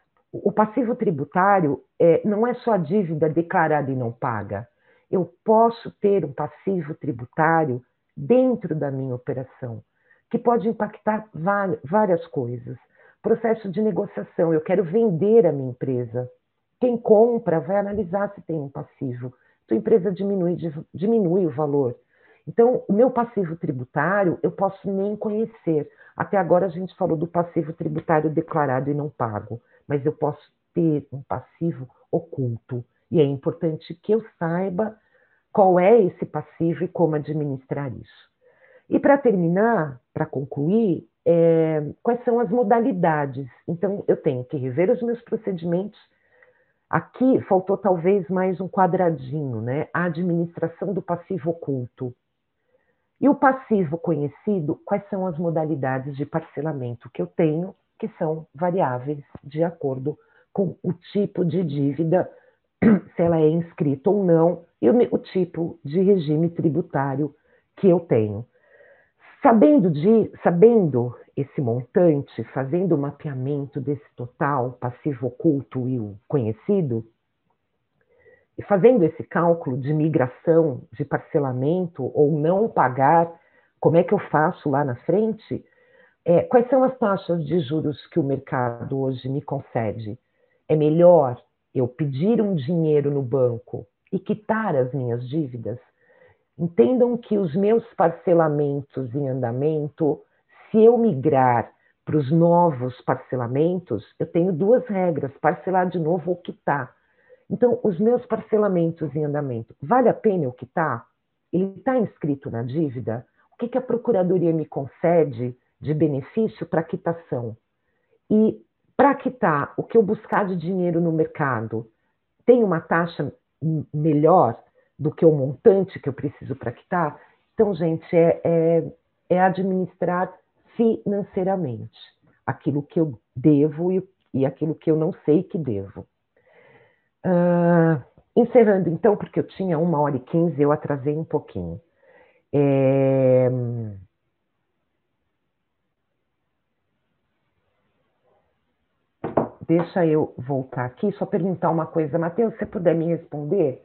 Speaker 2: O passivo tributário é, não é só a dívida declarada e não paga. Eu posso ter um passivo tributário dentro da minha operação, que pode impactar várias coisas. Processo de negociação, eu quero vender a minha empresa. Quem compra vai analisar se tem um passivo. Sua empresa diminui, diminui o valor. Então, o meu passivo tributário eu posso nem conhecer. Até agora a gente falou do passivo tributário declarado e não pago, mas eu posso ter um passivo oculto. E é importante que eu saiba qual é esse passivo e como administrar isso. E para terminar, para concluir, é, quais são as modalidades? Então, eu tenho que rever os meus procedimentos. Aqui faltou talvez mais um quadradinho, né? A administração do passivo oculto. E o passivo conhecido, quais são as modalidades de parcelamento que eu tenho, que são variáveis de acordo com o tipo de dívida, se ela é inscrita ou não, e o, o tipo de regime tributário que eu tenho. Sabendo, de, sabendo esse montante, fazendo o mapeamento desse total, passivo oculto e o conhecido, e fazendo esse cálculo de migração, de parcelamento ou não pagar, como é que eu faço lá na frente? É, quais são as taxas de juros que o mercado hoje me concede? É melhor eu pedir um dinheiro no banco e quitar as minhas dívidas? Entendam que os meus parcelamentos em andamento, se eu migrar para os novos parcelamentos, eu tenho duas regras, parcelar de novo ou quitar. Então, os meus parcelamentos em andamento, vale a pena eu quitar? Ele está inscrito na dívida? O que, que a Procuradoria me concede de benefício para quitação? E para quitar, o que eu buscar de dinheiro no mercado tem uma taxa melhor do que o montante que eu preciso para quitar? Então, gente, é, é, é administrar financeiramente aquilo que eu devo e, e aquilo que eu não sei que devo. Uh, encerrando então, porque eu tinha uma hora e quinze, eu atrasei um pouquinho. É... deixa eu voltar aqui, só perguntar uma coisa. Matheus, se você puder me responder,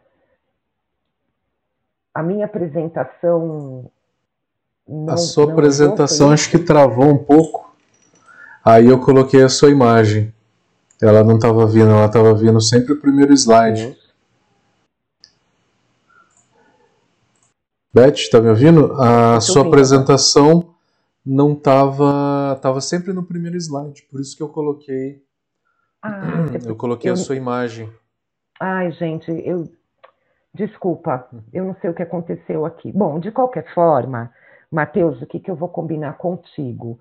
Speaker 2: a minha apresentação
Speaker 1: A
Speaker 2: não,
Speaker 1: sua
Speaker 2: não andou, foi
Speaker 1: apresentação acho que
Speaker 2: isso?
Speaker 1: travou um pouco. Aí eu coloquei a sua imagem. Ela não estava vindo, ela estava vindo sempre o primeiro slide.
Speaker 2: Deus.
Speaker 1: Beth, está me ouvindo? A
Speaker 2: Tô te
Speaker 1: sua
Speaker 2: ouvindo agora.
Speaker 1: apresentação não estava, estava sempre no primeiro slide. Por isso que eu coloquei,
Speaker 2: Ai,
Speaker 1: eu
Speaker 2: você,
Speaker 1: coloquei a
Speaker 2: eu,
Speaker 1: sua imagem.
Speaker 2: ai, gente, eu desculpa, eu não sei o que aconteceu aqui. Bom, de qualquer forma, Matheus, o que, que eu vou combinar contigo?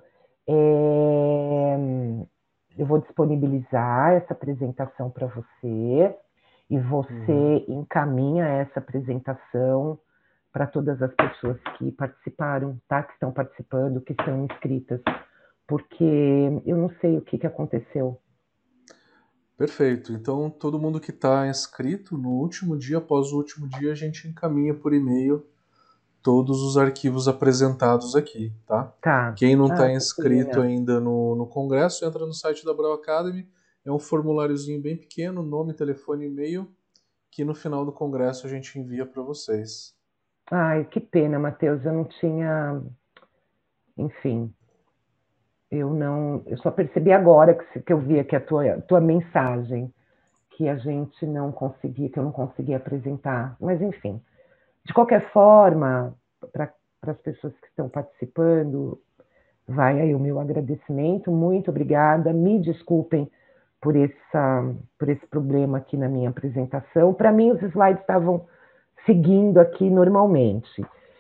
Speaker 2: É, eu vou disponibilizar essa apresentação para você e
Speaker 1: Uhum.
Speaker 2: você encaminha essa apresentação para todas as pessoas que participaram, tá? Que estão participando, que estão inscritas, porque eu não sei o que, que aconteceu.
Speaker 1: Perfeito. Então, todo mundo que está inscrito, no último dia, após o último dia, a gente encaminha por e-mail todos os arquivos apresentados aqui, tá?
Speaker 2: Tá.
Speaker 1: Quem não
Speaker 2: Ah,
Speaker 1: está
Speaker 2: que
Speaker 1: inscrito
Speaker 2: pena.
Speaker 1: ainda no, no congresso, entra no site da Brau Academy. É um formuláriozinho bem pequeno, nome, telefone, e-mail, que no final do congresso a gente envia para vocês.
Speaker 2: Ai, que pena, Matheus. Eu não tinha. Enfim, eu não. Eu só percebi agora que, se- que eu vi aqui a tua, tua mensagem, que a gente não conseguia, que eu não conseguia apresentar. Mas, enfim, de qualquer forma, para as pessoas que estão participando, vai aí o meu agradecimento. Muito obrigada. Me desculpem por, essa, por esse problema aqui na minha apresentação. Para mim, os slides estavam seguindo aqui normalmente.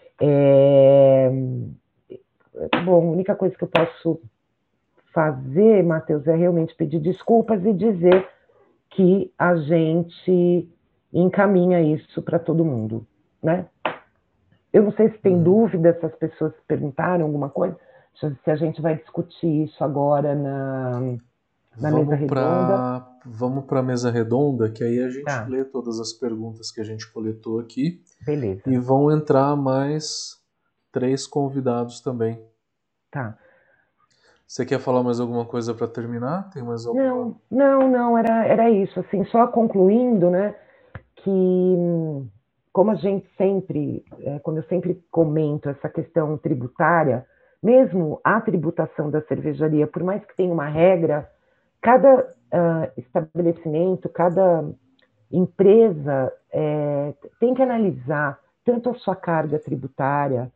Speaker 2: É, Bom, a única coisa que eu posso fazer, Matheus, é realmente pedir desculpas e dizer que a gente encaminha isso para todo mundo, né? Eu não sei se tem
Speaker 1: Uhum.
Speaker 2: dúvida, se as pessoas perguntaram alguma coisa, se a gente vai discutir isso agora na, na mesa
Speaker 1: Vamos
Speaker 2: redonda.
Speaker 1: para vamos para a mesa redonda, que aí a gente
Speaker 2: Tá,
Speaker 1: lê todas as perguntas que a gente coletou aqui e
Speaker 2: beleza,
Speaker 1: vão entrar mais três convidados também.
Speaker 2: tá.
Speaker 1: Você quer falar mais alguma coisa para terminar? Tem mais alguma?
Speaker 2: Não, não, não, era, era isso, assim, só concluindo, né, que como a gente sempre, é, como eu sempre comento essa questão tributária, mesmo a tributação da cervejaria, por mais que tenha uma regra, cada uh, estabelecimento, cada empresa é, tem que analisar tanto a sua carga tributária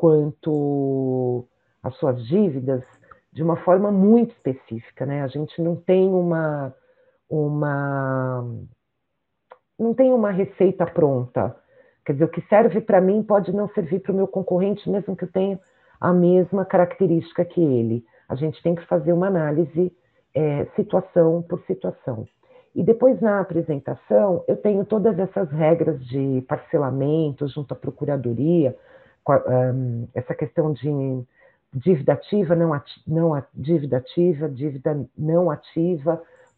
Speaker 2: quanto as suas dívidas de uma forma muito específica, né? A gente não tem uma, uma não tem uma receita pronta. Quer dizer, o que serve para mim pode não servir para o meu concorrente, mesmo que eu tenha a mesma característica que ele. A gente tem que fazer uma análise é, situação por situação. E depois, na apresentação, eu tenho todas essas regras de parcelamento junto à procuradoria, um, essa questão de dívida ativa, não, ati não dívida ativa, dívida não ativa,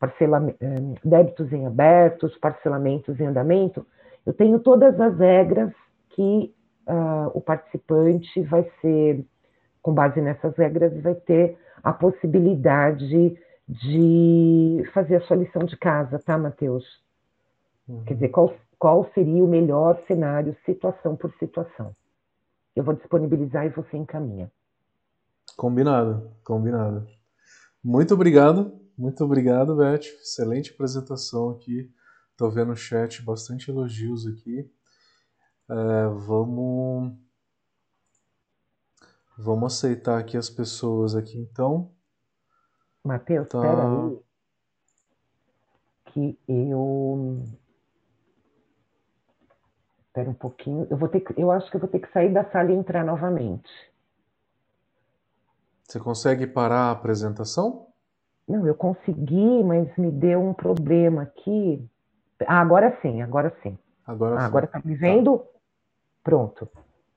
Speaker 2: débitos em abertos, parcelamentos em andamento. Eu tenho todas as regras que uh, o participante vai ser, com base nessas regras, vai ter a possibilidade de fazer a sua lição de casa, tá, Matheus? Uhum. Quer dizer, qual, qual seria o melhor cenário, situação por situação. Eu vou disponibilizar e você encaminha.
Speaker 1: Combinado, combinado. Muito obrigado, muito obrigado, Beth. Excelente apresentação aqui. Tô vendo no chat bastante elogios aqui. É, vamos, vamos aceitar aqui as pessoas aqui, então.
Speaker 2: Matheus,
Speaker 1: Tá.
Speaker 2: espera aí, que eu Espera um pouquinho. Eu vou ter que, eu acho que eu vou ter que sair da sala e entrar novamente.
Speaker 1: Você consegue parar a apresentação?
Speaker 2: Não, eu consegui, mas me deu um problema aqui. Ah, agora sim, agora sim.
Speaker 1: Agora
Speaker 2: Ah,
Speaker 1: foi.
Speaker 2: agora tá me
Speaker 1: Tá.
Speaker 2: vendo? Pronto.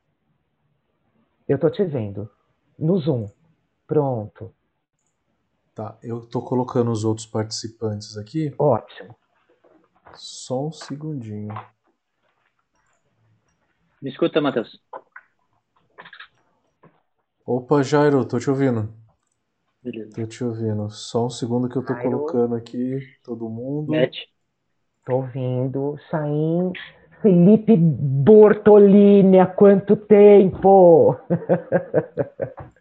Speaker 2: Eu tô te vendo. No Zoom. Pronto.
Speaker 1: Tá. Eu tô colocando os outros participantes aqui.
Speaker 2: Ótimo.
Speaker 1: Só um segundinho.
Speaker 3: Me escuta, Matheus.
Speaker 1: Opa, Jairo, tô te ouvindo.
Speaker 3: Beleza.
Speaker 1: Tô te ouvindo. Só um segundo que eu tô
Speaker 2: Cairo,
Speaker 1: colocando aqui todo mundo.
Speaker 3: Beth,
Speaker 2: tô ouvindo. Chaim, Felipe Bortolini, há quanto tempo?